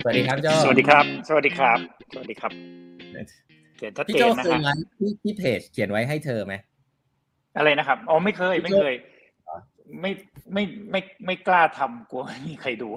วัสดีครับพี่โจสวัสดีครับสวัสดีครับสวัสดีครับเขียนชัดพี่เจโจนนะฮะเคยไว้ที่เพจเขียนไว้ให้เธอไหมอะไรนะครับอ๋อไม่เคยพี่โจไม่เคยไม่ไม่กล้าทำกลัวไม่มีใครดู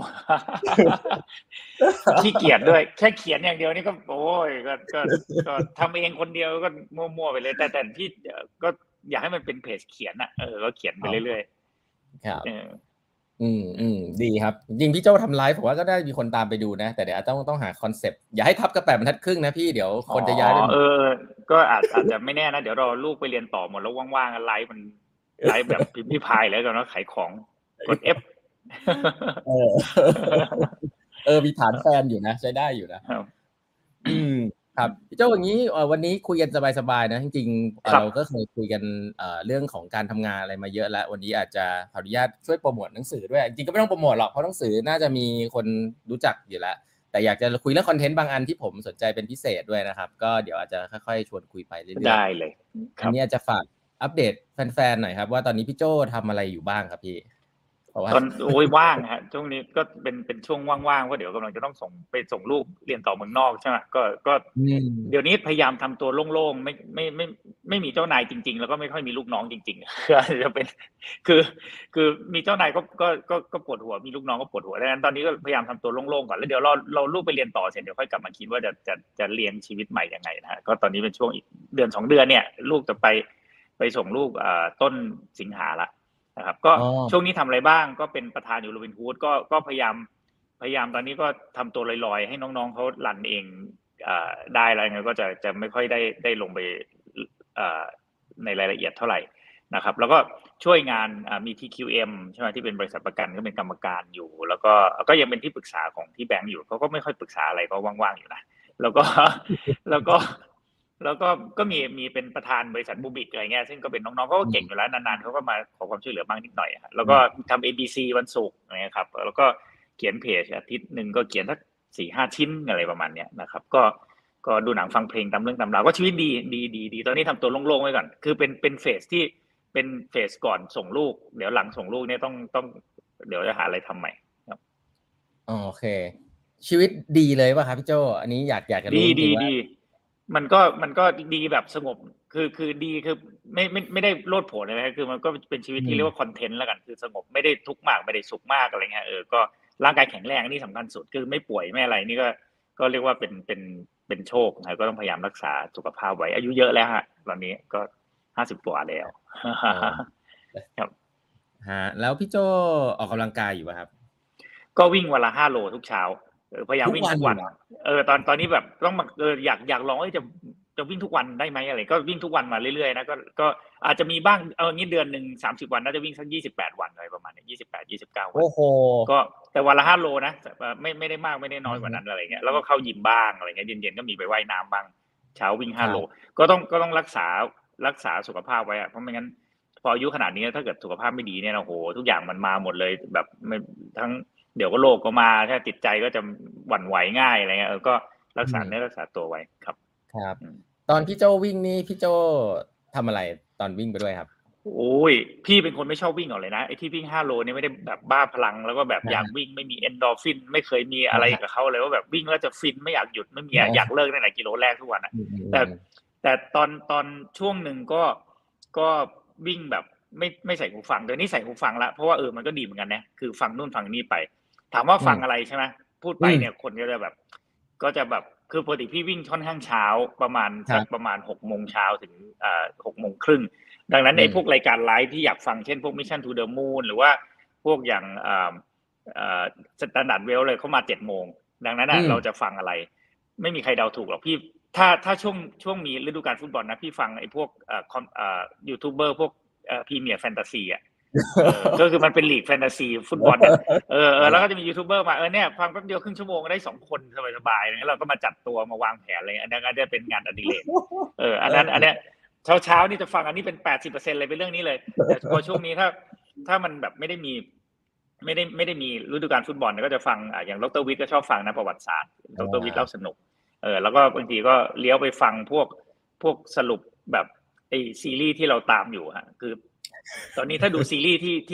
ขี้เกียจด้วยแค่เขียนอย่างเดียวนี่ก็โอ้ยก็ทำเองคนเดียวก็มั่วๆไปเลยแต่พี่ก็อยากให้มันเป็นเพจเขียนอ่ะก็เขียนไปเรื่อยครับๆดีครับจริงพี่โจทำไลฟ์ผมว่าก็ได้มีคนตามไปดูนะแต่เดี๋ยวต้องหาคอนเซปต์อย่าให้ทับกับ8 บรรทัดครึ่งนะพี่เดี๋ยวอ๋อคนจะย้ายไปหมดก็อาจจะไม่แน่นะเดี๋ยวรอลูกไปเรียนต่อหมดแล้วว่างๆไลฟ์มันไลฟ์แบบพิมพ์ริพายแล้วกันเนาะขายของกด F เอมีฐานแฟนอยู่นะใช้ได้อยู่นะครับพี่โจอย่างนี้วันนี้คุยกันสบายๆนะจริงๆเราก็เคยคุยกันเรื่องของการทำงานอะไรมาเยอะแล้ววันนี้อาจจะขออนุญาตช่วยโปรโมทหนังสือด้วยจริงๆก็ไม่ต้องโปรโมทหรอกเพราะหนังสือน่าจะมีคนรู้จักอยู่แล้วแต่อยากจะคุยเรื่องคอนเทนต์บางอันที่ผมสนใจเป็นพิเศษด้วยนะครับก็เดี๋ยวอาจจะค่อยๆชวนคุยไปเรื่อยๆได้เลยอันนี้อาจจะฝากอัปเดตแฟนๆหน่อยครับว่าตอนนี้พี่โจทำอะไรอยู่บ้างครับพี่ตอนว่างฮะช่วงนี้ก็เป็นช่วงว่างๆเพราะเดี๋ยวกำลังจะต้องส่งลูกเรียนต่อเมืองนอกใช่ไหมก็เดี๋ยวนี้พยายามทำตัวโล่งๆไม่มีเจ้านายจริงๆแล้วก็ไม่ค่อยมีลูกน้องจริงๆคือจะเป็นคือมีเจ้านายก็ปวดหัวมีลูกน้องก็ปวดหัวดังนั้นตอนนี้ก็พยายามทำตัวโล่งๆก่อนแล้วเดี๋ยวเราลูกไปเรียนต่อเสร็จเดี๋ยวค่อยกลับมาคิดว่าจะเรียนชีวิตใหม่ยังไงนะฮะก็ตอนนี้เป็นช่วงอีกเดือน2 เดือนเนี่ยลูกจะไปส่งลูกต้นสิงหาละนะครับก็ช่วงนี้ทำอะไรบ้างก็เป็นประธานอยู่โรบินฮูดก็พยายามตอนนี้ก็ทำตัวลอยๆให้น้องๆเขารันเองได้อะไรเงี้ยก็จะไม่ค่อยได้ลงไปในรายละเอียดเท่าไหร่นะครับแล้วก็ช่วยงานมี TQM ใช่ไหมที่เป็นบริษัทประกันก็เป็นกรรมการอยู่แล้วก็ยังเป็นที่ปรึกษาของที่แบงก์อยู่เขาก็ไม่ค่อยปรึกษาอะไรก็ว่างๆอยู่นะแล้วก็มีเป็นประธานบริษัทบูบิกอะไรเงี้ยซึ่งก็เป็นน้องๆเขาก็เก่งอยู่แล้วนานๆเขาก็มาขอความช่วยเหลือบ้างนิดหน่อยแล้วก็ทำ ABC วันศุกร์นะครับแล้วก็เขียนเพจอาทิตย์นึงก็เขียนสัก 4-5 ชิ้นอะไรประมาณเนี้ยนะครับก็ดูหนังฟังเพลงตามเรื่องตามราวก็ชีวิตดีตอนนี้ทำตัวโล่งๆไว้ก่อนคือเป็นเฟสที่เป็นเฟสก่อนส่งลูกเดี๋ยวหลังส่งลูกเนี่ยต้องเดี๋ยวจะหาอะไรทำใหม่ครับโอเคชีวิตดีเลยป่ะครับพี่โจอันนี้อยากจะรู้จริงๆว่ามันก็ดีแบบสงบคือดีคือไม่ได้โลดโผนอะไรนะคือมันก็เป็นชีวิตที่เรียกว่าคอนเทนต์แล้วกันคือสงบไม่ได้ทุกข์มากไม่ได้สุขมากอะไรเงี้ยก็ร่างกายแข็งแรงนี่สำคัญสุดคือไม่ป่วยไม่อะไรนี่ก็เรียกว่าเป็นโชคนะก็ต้องพยายามรักษาสุขภาพไว้อายุเยอะแล้วฮะตอนนี้ก็50 กว่าแล้วครับแล้วพี่โจออกกำลังกายอยู่ป่ะครับก็วิ่งวันละ5 โลทุกเช้าพยายามวิ่งทุกวันตอนนี้แบบต้องอยากลองจะวิ่งทุกวันได้ไหมอะไรก็วิ่งทุกวันมาเรื่อยๆนะก็อาจจะมีบ้างงี้เดือนนึง30 วันน่าจะวิ่งสัก28 วันอะไรประมาณนี้28-29 วันโอ้โหก็แต่วันละ5 โลนะไม่ได้มากไม่ได้น้อยกว่านั้นอะไรเงี้ยแล้วก็เข้ายิมบ้างอะไรเงี้ยเย็นๆก็มีไปว่ายน้ำบ้างเช้าวิ่ง5 โลก็ต้องรักษาสุขภาพไว้เพราะไม่งั้นพออายุขนาดนี้ถ้าเกิดสุขภาพไม่ดีเนี่ยโอ้โหทุกอย่างมันมาหมดเลยแบบทั้งเดี๋ยวก็โรคก็มาถ้าจิตใจก็จะหวั่นไหวง่ายอะไรเงี้ยก็รักษาเนื้อรักษาตัวไว้ครับตอนพี่โจวิ่งนี่พี่โจทำอะไรตอนวิ่งไปด้วยครับโอ้ยพี่เป็นคนไม่ชอบวิ่งเลยนะไอ้ที่วิ่ง5 โลนี่ไม่ได้แบบบ้าพลังแล้วก็แบบอยากวิ่งไม่มีเอนโดรฟินไม่เคยมีอะไรกับเขาเลยว่าแบบวิ่งแล้วจะฟินไม่อยากหยุดไม่มีอยากเลิกตั้งแต่กิโลแรกทุกวันนะแต่ตอนช่วงหนึ่งก็วิ่งแบบไม่ใส่หูฟังเดี๋ยวนี้ใส่หูฟังละเพราะว่ามันก็ดีเหมือนกันนะคือฟังนู่นฟังนี่ไปถามว่าฟังอะไรใช่ไหมพูดไปเนี่ยคนก็จะแบบคือปกติพี่วิ่งค่อนข้างเช้าประมาณ6 โมงเช้าถึง6 โมงครึ่งดังนั้นไอ้พวกรายการไลฟ์ที่อยากฟังเช่นพวก Mission to the Moon หรือว่าพวกอย่างStandard Well เลยเข้ามา7 โมงดังนั้นเราจะฟังอะไรไม่มีใครเดาถูกหรอกพี่ถ้าช่วงมีฤดูกาลฟุตบอลนะพี่ฟังไอ้พวกยูทูบเบอร์พวกพรีเมียร์แฟนตาซีก็คือมันเป็นลีกแฟนตาซีฟุตบอลแล้วก็จะมียูทูบเบอร์มาเนี่ยฟังแป๊บเดียวครึ่งชั่วโมงได้2 คนสบายๆแล้วเราก็มาจัดตัวมาวางแผนอะไรอันนั้นก็จะเป็นงานอดิเรกอันเนี้ยเช้านี่จะฟังอันนี้เป็น 80% เลยเป็นเรื่องนี้เลยแต่พอช่วงนี้ถ้ามันแบบไม่ได้มีฤดูกาลฟุตบอลก็จะฟังอย่างดร.วิทย์ก็ชอบฟังนะประวัติศาสตร์ดร.วิทย์เล่าสนุกแล้วก็บางทีก็เลี้ยวไปฟังพวกสรุปแบบไอ้ซีรีส์ที่เราตามอยู่ฮะคือตอนนี้ถ้าดูซีรีส์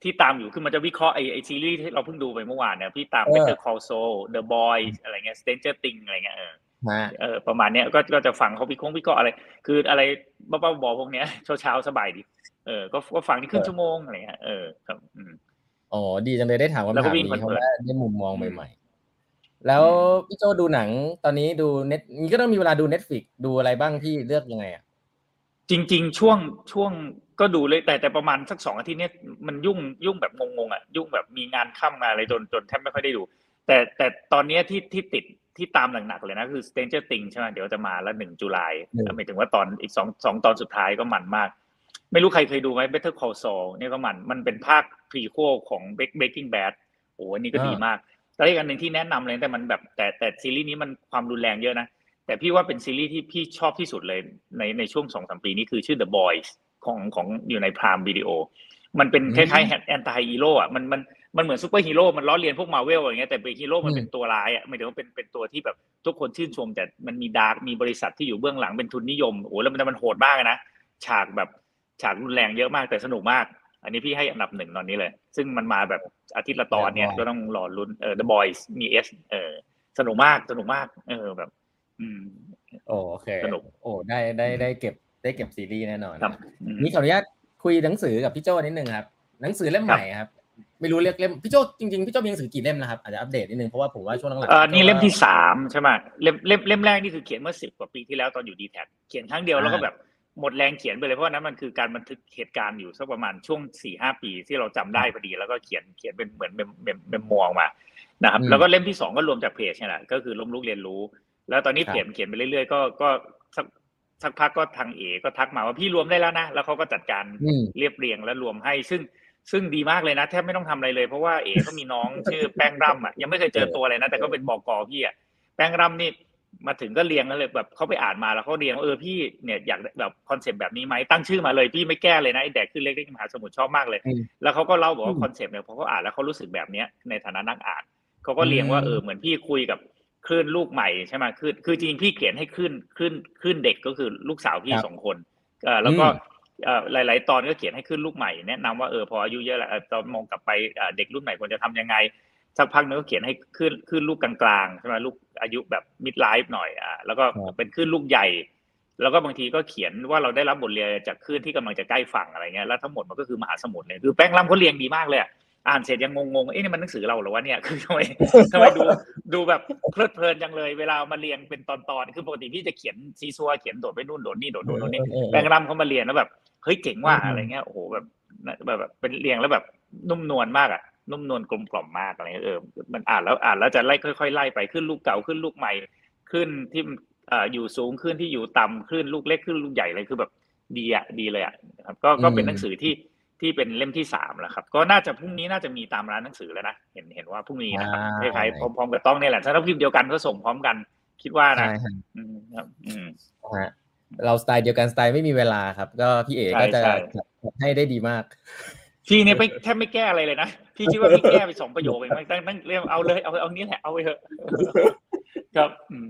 ที่ตามอยู่คือมันจะวิเคราะห์ไอซีรีส์ที่เราเพิ่งดูไปเมื่อวานเนี่ยพี่ตาม Better Call Saul The Boys อะไรเงี้ย Stranger Things อะไรเงี้ยประมาณเนี้ยก็จะฟังเขาวิเคราะห์อะไรคืออะไรบ้าๆบอๆพวกเนี้ยเช้าๆสบายดีก็ฟังนี่ครึ่งชั่วโมงอะไรเงี้ยครับอ๋อดีจังเลยได้ถามคำถามนี้เพราะว่าได้มุมมองใหม่ๆแล้วพี่โจดูหนังตอนนี้ดูเน็ตนี่ก็ต้องมีเวลาดู Netflix ดูอะไรบ้างพี่เลือกยังไงอ่ะจริงๆช่วงก็ดูเลยแต่ประมาณสัก2 อาทิตย์เนี้ยมันยุ่งแบบงงๆอ่ะยุ่งแบบมีงานค่ำมาอะไรจนแทบไม่ค่อยได้ดูแต่ตอนนี้ที่ติดที่ตามหนักๆเลยนะคือ Stranger Things ใช่ไหมเดี๋ยวจะมาแล้ว1 ตุลาหมายถึงว่าตอนอีก2 ตอนสุดท้ายก็มันมากไม่รู้ใครเคยดูไหม Better Call Saul เนี่ยก็มันเป็นภาค prequel ของ Breaking Bad โอ้อันนี้ก็ดีมากแล้วอีกอันหนึ่งที่แนะนำเลยแต่มันแบบแต่ซีรีส์นี้มันความรุนแรงเยอะนะแต่พี่ว่าเป็นซีรีส์ที่พี่ชอบที่สุดเลยในช่วง 2-3 ปีนี้คือชื่อ The Boys ของอยู่ใน Prime Video มันเป็นคล้ายๆแอนตี้ฮีโร่อ่ะมันเหมือนซูเปอร์ฮีโร่มันล้อเลียนพวก Marvel อย่างเงี้ยแต่เป็นฮีโร่มันเป็นตัวร้ายอ่ะไม่ถึงว่าเป็นตัวที่แบบทุกคนชื่นชมแต่มันมีดาร์กมีบริษัทที่อยู่เบื้องหลังเป็นทุนนิยมโอ้แล้วมันโหดมากนะฉากรุนแรงเยอะมากแต่สนุกมากอันนี้พี่ให้อันดับ1ตอนนี้เลยซึ่งมันมาแบบอาทิตย์ละตอนเนี่ยก็ต้องรอลุ้นThe Boys มี S สนุกมากแบบโอเคสนุกโอ้ได้เก็บซีรีส์แน่นอนนี่ขออนุญาตคุยหนังสือกับพี่โจ้นิดนึงครับหนังสือเล่มใหม่ครับไม่รู้เรียกเล่มพี่โจ้จริงๆพี่โจ้มีหนังสือกี่เล่มนะครับอาจจะอัปเดตนิดนึงเพราะว่าผมว่าช่วงหลังๆนี่เล่มที่3ใช่ไหมเล่มแรกนี่คือเขียนเมื่อ10 กว่าปีที่แล้วตอนอยู่ D-Tech เขียนครั้งเดียวแล้วก็แบบหมดแรงเขียนไปเลยเพราะนั้นมันคือการบันทึกเหตุการณ์อยู่สักประมาณช่วง 4-5 ปีที่เราจำได้พอดีแล้วก็เขียนเป็นเหมือนเมมโมออกมานะครับแล้วก็เล่มที่2ก็รวมจากเพจนี่แหละก็คือล้มลุกเรียนรู้แล้วตอนนี้เขียนไปเรื่อยๆก็สักพักก็ทางก็ทักมาว่าพี่รวมได้แล้วนะแล้วเขาก็จัดการเรียบเรียงและรวมให้ซึ่งดีมากเลยนะแทบไม่ต้องทำอะไรเลยเพราะว่าเขามีน้องชื่อแป้งร่ำอ่ะยังไม่เคยเจอตัวเลยนะแต่ก็เป็นบก.พี่อ่ะแป้งร่ำนี่มาถึงก็เรียงแล้วเลยแบบเขาไปอ่านมาแล้วเขาเรียงพี่เนี่ยอยากแบบคอนเซปต์แบบนี้ไหมตั้งชื่อมาเลยพี่ไม่แก้เลยนะไอ้แดกขึ้นเล็กๆมหาสมุทรชอบมากเลยแล้วเขาก็เล่าบอกว่าคอนเซปต์เนี่ยพอเขาอ่านแล้วเขารู้สึกแบบนี้ในฐานะนักอ่านเขาก็เรียงว่าเหมือนพี่คุยกับคลื่นลูกใหม่ใช่ไหมคือจริงพี่เขียนให้คลื่นเด็กก็คือลูกสาวพี่2 คนแล้วก็หลายๆตอนก็เขียนให้ขึ้นลูกใหม่แนะนำว่าพออายุเยอะแล้วตอนมองกลับไปเด็กรุ่นใหม่ควรจะทำยังไงสักพักนึงก็เขียนให้ขึ้นลูกกลางๆใช่ไหมลูกอายุแบบ mid life หน่อยแล้วก็เป็นขึ้นลูกใหญ่แล้วก็บางทีก็เขียนว่าเราได้รับบทเรียนจากคลื่นที่กำลังจะใกล้ฝั่งอะไรเงี้ยแล้วทั้งหมดมันก็คือมหาสมุทรเลยคือแป้งล่ำเขาเรียงดีมากเลยอ่านเสร็จยังงงนี่มันหนังสือเราเหรอวะเนี่ยคือทำไมดูแบบเพลิดเพลินจังเลยเวลามาเรียงเป็นตอนๆคือปกติพี่จะเขียนซีซัวเขียนโดดไปนู่นโดดนี่โดดนู่นโดดนี่แป้งล่ำเขามาเรียนแล้วแบบเฮ้ยเจ๋งว่ะอะไรเงี้ยโอ้โหแบบเป็นเรียงแล้วแบบนุ่มนวลมากนุ่มนวลกลมกล่อมมากอะไรมันอ่านแล้วจะไล่ค่อยๆไล่ไปขึ้นลูกเก่าขึ้นลูกใหม่ขึ้นที่อยู่สูงขึ้นที่อยู่ต่ำขึ้นลูกเล็กขึ้นลูกใหญ่เลยคือแบบดีเลยครับก็เป็นหนังสือที่เป็นเล่มที่3แล้วครับก็น่าจะพรุ่งนี้น่าจะมีตามร้านหนังสือแล้วนะเห็นว่าพรุ่งนี้นะครับคล้ายๆพร้อมๆกับต้องเนี่ยแหละถ้าพิมพ์เดียวกันก็ส่งพร้อมกันคิดว่านะครับเราสไตล์เดียวกันสไตล์ไม่มีเวลาครับก็พี่เอ๋ก็จะให้ได้ดีมากพี่เนี่ยแทบไม่แก้อะไรเลยนะพี่คิดว่าพี่แก้ไป2 ประโยคเองตั้งเรียกเอาเลยเอานี้แหละเอาไปเถอะครับ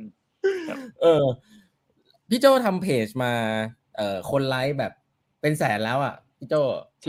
พี่โจทำเพจมาคนไลค์แบบเป็นแสนแล้วอ่ะพี่โจ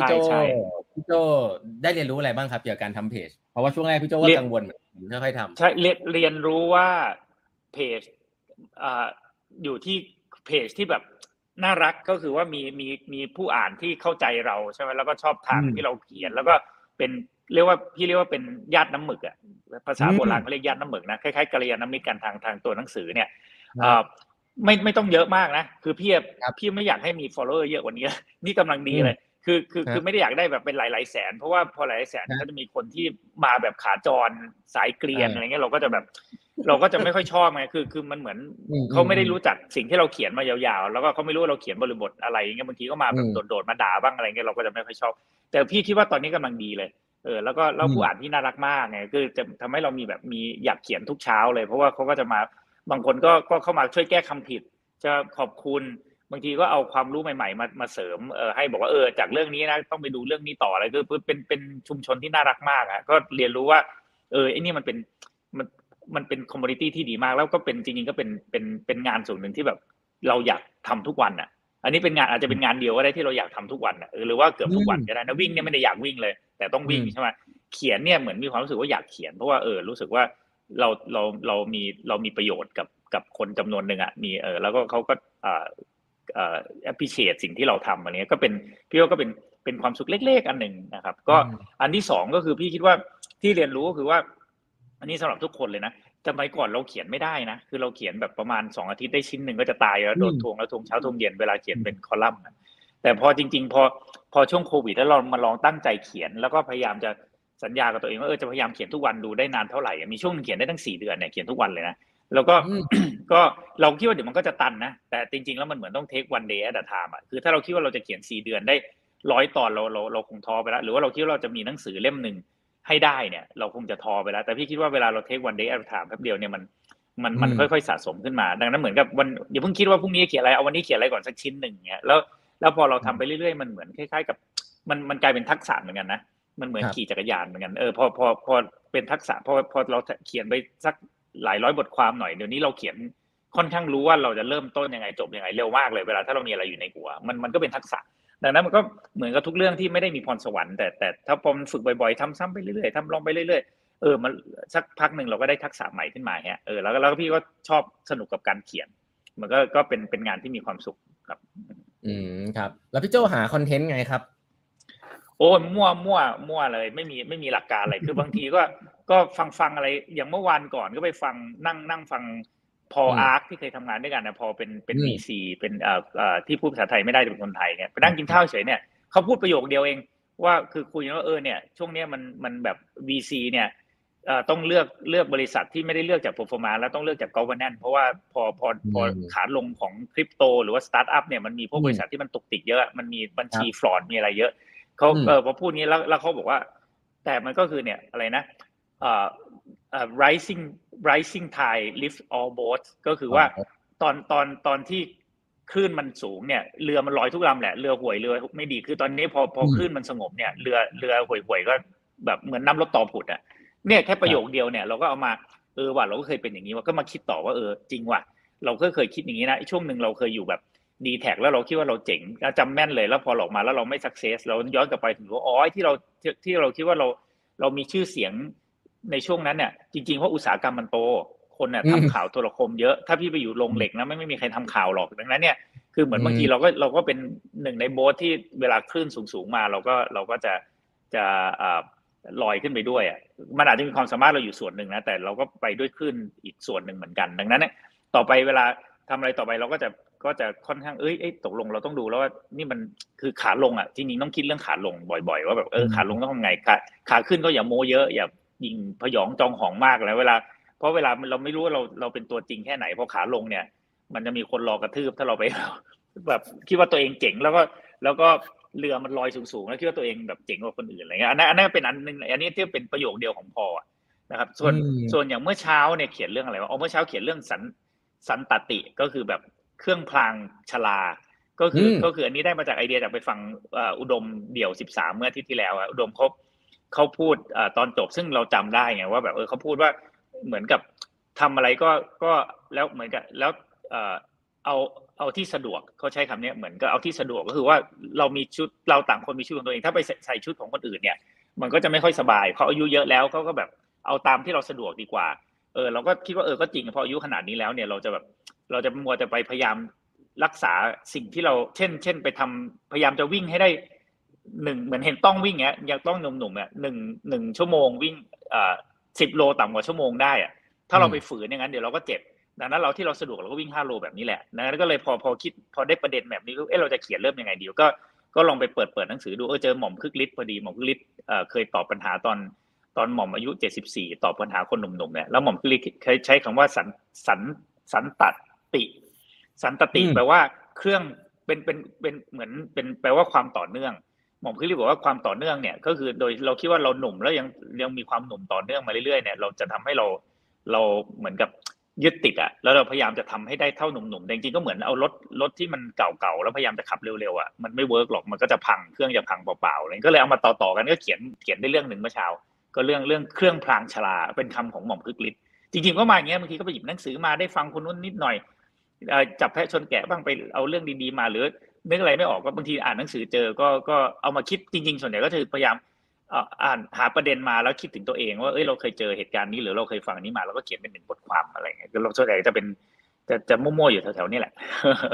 ได้เรียนรู้อะไรบ้างครับเกี่ยวกับการทำเพจเพราะว่าช่วงแรกพี่โจว่ากังวลไม่ค่อยทำใช่เรียนรู้ว่าเพจอยู่ที่เพจที่แบบน่ารักก็คือว่ามีผู้อ่านที่เข้าใจเราใช่ไหมแล้วก็ชอบทางที่เราเขียนแล้วก็เป็นพี่เรียกว่าเป็นญาติน้ำหมึกอ่ะภาษาโบราณเขาเรียกญาติน้ำหมึกนะคล้ายๆกัลยาณมิตรกันทางตัวหนังสือเนี่ยไม่ต้องเยอะมากนะคือพี่ไม่อยากให้มี follower เยอะกว่านี้นี่กำลังดีเลยคือไม่ได้อยากได้แบบเป็นหลายแสนเพราะว่าพอหลายแสนก็จะมีคนที่มาแบบขาจรสายเกลียนอะไรเงี้ยเราก็จะไม่ค่อยชอบไงคือมันเหมือนเขาไม่ได้รู้จักสิ่งที่เราเขียนมายาวๆแล้วก็เขาไม่รู้ว่าเราเขียนบริบทอะไรเงี้ยบางทีก็มาแบบโดดๆมาด่าบ้างอะไรเงี้ยเราก็จะไม่ค่อยชอบแต่พี่คิดว่าตอนนี้กำลังดีเลยแล้วก็ผู้อ่านที่น่ารักมากไงคือจะทำให้เรามีอยากเขียนทุกเช้าเลยเพราะว่าเขาก็จะมาบางคนก็เข้ามาช่วยแก้คำผิดจะขอบคุณบางทีก็เอาความรู้ใหม่ๆมาเสริมให้บอกว่าจากเรื่องนี้นะต้องไปดูเรื่องนี้ต่ออะไรคือเป็นชุมชนที่น่ารักมากก็เรียนรู้ว่าไอ้นี่มันเป็นคอมมูนิตี้ที่ดีมากแล้วก็เป็นจริงๆก็เป็นงานส่วนหนึ่งที่แบบเราอยากทำทุกวันอันนี้เป็นงานอาจจะเป็นงานเดียวก็ได้ที่เราอยากทำทุกวันหรือว่าเกือบทุกวันก็ได้นะวิ่งเนี่ยไม่ได้อยากวิ่งเลยแต่ต้องวิ่งใช่ไหมเขียนเนี่ยเหมือนมีความรู้สึกว่าอยากเขียนเพราะว่ารู้สึกว่าเรามีประโยชน์กับคนจำนวนหนึ่งมีแล้วก็เขาก็appreciate สิ่งที่เราทำอันนี้ก็เป็นพี่ว่าก็เป็นความสุขเล็กๆอันหนึ่งนะครับก็อันที่สองก็คือพี่คิดว่าที่เรียนรู้ก็คือว่าอันนี้สำหรับทุกคนเลยนะสมัยก่อนเราเขียนไม่ได้นะคือเราเขียนแบบประมาณ2อาทิตย์ได้ชิ้นหนึ่งก็จะตายแล้วโดนทวงแล้วทวงเช้าทวงเย็นเวลาเขียนเป็นคอลัมน์แต่พอจริงๆพอช่วงโควิดแล้วเรามาลองตั้งใจเขียนแล้วก็พยายามจะสัญญากับตัวเองว่าจะพยายามเขียนทุกวันดูได้นานเท่าไหร่มีช่วงนึงเขียนได้ตั้ง4 เดือนเนี่ยเขียนทุกวันเลยนะแล้วก็เราคิดว่าเดี๋ยวมันก็จะตันนะแต่จริงๆแล้วมันเหมือนต้อง take one day at a time คือถ้าเราคิดว่าเราจะเขียน4 เดือนได้100 ตอนเราคงท้อไปแล้วหรือว่าเราคิดว่าเราจะมีหนังสือเล่มนึงให้ได้เนี่ยเราคงจะท้อไปแล้วแต่พี่คิดว่าเวลาเรา take one day at a time แป๊บเดียวเนี่ยมันค่อยๆสะสมขึ้นมาดังนั้นเหมือนกับวันอย่าเพิ่งคิดว่าพรุ่งนี้เขียนอะไรเอาวันนี้เขียนอะไรก่อนสักชิ้นนึงเนี่ยแล้วพอเราทำไปเรื่อยๆมันเหมือนคล้ายๆกับมันกลายเป็นทักษะเหมือนกันนะมันเหมือนขี่จักรยานเหมือนกันพอเป็นทักษะพอเราเขียนไปสักหลายร้อยบทความหน่อยเดี๋ยวนี้เราเขียนค่อนข้างรู้ว่าเราจะเริ่มต้นยังไงจบยังไงเร็วมากเลยเวลาถ้าเรามีอะไรอยู่ในหัวมันก็เป็นทักษะดังนั้นมันก็เหมือนกับทุกเรื่องที่ไม่ได้มีพรสวรรค์แต่ถ้าพอมันฝึกบ่อยๆทำซ้ำไปเรื่อยๆทำลองไปเรื่อยๆมันสักพักหนึ่งเราก็ได้ทักษะใหม่ขึ้นมาฮะแล้วก็พี่ก็ชอบสนุกกับการเขียนมันก็เป็นงานที่มีความสุขครับครับแล้วพี่โจหาคอนเทนต์ไงครับโอ้มั่วเลยไม่มีหลักการอะไรคือบางทีก็ฟังอะไรอย่างเมื่อวานก่อนก็ไปฟังนั่งฟังพออาร์คที่เคยทำงานด้วยกันนะพอเป็น VC เป็นที่พูดภาษาไทยไม่ได้เป็นคนไทยเนี่ยไปนั่งกินข้าวเฉยเนี่ยเขาพูดประโยคเดียวเองว่าคือคุยว่าเนี่ยช่วงนี้มันแบบ VC เนี่ยต้องเลือกบริษัทที่ไม่ได้เลือกจาก performance แล้วต้องเลือกจาก governance เพราะว่าพอขาลงของคริปโตหรือว่าสตาร์ทอัพเนี่ยมันมีพวกบริษัทที่มันตุกติกเยอะมันมีบัญชีฟรอดมีอะไรเยอะเขาพอพูดนี้แล้วเขาบอกว่าแต่มันก็คือเนี่ยอะไรนะrising tide lift all boats ก็คือว่าตอนที่คลื่นมันสูงเนี่ยเรือมันลอยทุกลำแหละเรือห่วยเรือไม่ดีคือตอนนี้พอคลื่นมันสงบเนี่ยเรือห่วยก็แบบเหมือนน้ำรถต่อผุดเนี่ยแค่ประโยคเดียวเนี่ยเราก็เอามาว่ะเราก็เคยเป็นอย่างนี้ว่าก็มาคิดต่อว่าจริงว่ะเราก็เคยคิดอย่างนี้นะช่วงนึงเราเคยอยู่แบบดีแท็กแล้วเราคิดว่าเราเจ๋งจำแม่นเลยแล้วพอออกมาแล้วเราไม่สักเซสเราย้อนกลับไปถึงว่าที่เราคิดว่าเรามีชื่อเสียงในช่วงนั้นเนี่ยจริงๆเพราะอุตสาหกรรมมันโตคนเนี่ยทำข่าวโทรคมเยอะถ้าพี่ไปอยู่โรงเหล็กนะไม่มีใครทำข่าวหรอกดังนั้นเนี่ยคือเหมือนบางทีเราก็เป็นหนึ่งในโบ๊ทที่เวลาคลื่นสูงมาเราก็จะลอยขึ้นไปด้วยมันอาจจะมีความสามารถเราอยู่ส่วนหนึ่งนะแต่เราก็ไปด้วยคลื่นอีกส่วนหนึ่งเหมือนกันดังนั้นเนี่ยต่อไปเวลาทำอะไรต่อไปเราก็จะค่อนข้างตกลงเราต้องดูแล้วว่านี่มันคือขาลงจริงๆต้องคิดเรื่องขาลงบ่อยๆว่าแบบขาลงต้องทำไงขาขึ้นก็อย่าโมเยอะอย่ายิงพยองจองหองมากแล้วเพราะเวลาเราไม่รู้ว่าเราเป็นตัวจริงแค่ไหนพอขาลงเนี่ยมันจะมีคนรอกระทืบถ้าเราไปแบบคิดว่าตัวเองเจ๋งแล้วก็เรือมันลอยสูงๆแล้วคิดว่าตัวเองแบบเจ๋งกว่าคนอื่นอะไรเงี้ยอันนั้นเป็นอันนึงอันนี้ที่เป็นประโยคเดียวของพอนะครับส่วนอย่างเมื่อเช้าเนี่ยเขียนเรื่องอะไรวะเมื่อเช้าเขียนเรื่องสันตติก็คือแบบเครื่องพลางชลาก็คืออันนี้ได้มาจากไอเดียจากไปฟังอุดมเดี่ยว13เมื่ออาทิตย์ที่แล้วอุดมเขาพูดตอนจบซึ่งเราจำได้ไงว่าแบบเขาพูดว่าเหมือนกับทำอะไรก็แล้วเหมือนกับแล้วเอาที่สะดวกเขาใช้คำนี้เหมือนกับเอาที่สะดวกก็คือว่าเรามีชุดเราต่างคนมีชุดของตัวเองถ้าไปใส่ชุดของคนอื่นเนี่ยมันก็จะไม่ค่อยสบายเขาอายุเยอะแล้วเขาก็แบบเอาตามที่เราสะดวกดีกว่าเราก็คิดว่าก็จริงพออายุขนาดนี้แล้วเนี่ยเราจะมัวจะไปพยายามรักษาสิ่งที่เราเช่นไปทำพยายามจะวิ่งให้ได้เหมือนเห็นต้องวิ่งเงี้ยยังต้องหนุ่มๆหนึ่งชั่วโมงวิ่ง10 โลต่ำกว่าชั่วโมงได้ถ้าเราไปฝืนอย่างนั้นเดี๋ยวเราก็เจ็บดังนั้นเราที่เราสะดวกเราก็วิ่ง5 โลแบบนี้แหละดังนั้นก็เลยพอคิดพอได้ประเด็นแบบนี้เราจะเขียนเริ่มยังไงดีก็ลองไปเปิดหนังสือดูเจอหม่อมคึกฤทธิ์พอดีหม่อมคึกฤทธิ์เคยตอบปัญหาตอนหม่อมอายุ74ตอบปัญหาคนหนุ่มๆเนี่ยแล้วหม่อมคึกฤทธิ์เคยใช้คำว่าสันตติแปลว่าเครื่องเป็นเหมือนเป็นแปลว่าความต่อเนื่องหม่อมคึกฤทธิ์บอกว่าความต่อเนื่องเนี่ยก็คือโดยเราคิดว่าเราหนุ่มแล้วยังมีความหนุ่มต่อเนื่องมาเรื่อยๆเนี่ยเราจะทำให้เราเหมือนกับยึดติดแล้วเราพยายามจะทำให้ได้เท่าหนุ่มๆแต่จริงๆก็เหมือนเอารถที่มันเก่าๆแล้วพยายามจะขับเร็วๆมันไม่เวิร์กหรอกมันก็จะพังเครื่องจะพังเปล่าๆอะไรก็เลยเอามาต่อกันก็เขียนได้เรื่องนึงเมื่อเช้าก็เรื่องเครื่องพลางชลาเป็นคำของหม่อมคึกฤทธิ์จริงๆก็มาอย่างเงี้ยบางทีก็ไปหยิบหนังสือมาได้ฟังคนนู้นนิดหน่อยจับแพะชนแกะบ้างไปเอาเรื่องดีๆมาหรือนึกอะไรไม่ออกก็บางทีอ่านหนังสือเจอก็เอามาคิดจริงๆส่วนใหญ่ก็คือพยายามอ่านหาประเด็นมาแล้วคิดถึงตัวเองว่าเราเคยเจอเหตุการณ์นี้หรือเราเคยฟังนี้มาแล้วก็เขียนเป็น1บทความอะไรเงี้ยเราส่วนใหญ่จะมั่วๆอยู่แถวๆนี้แหละ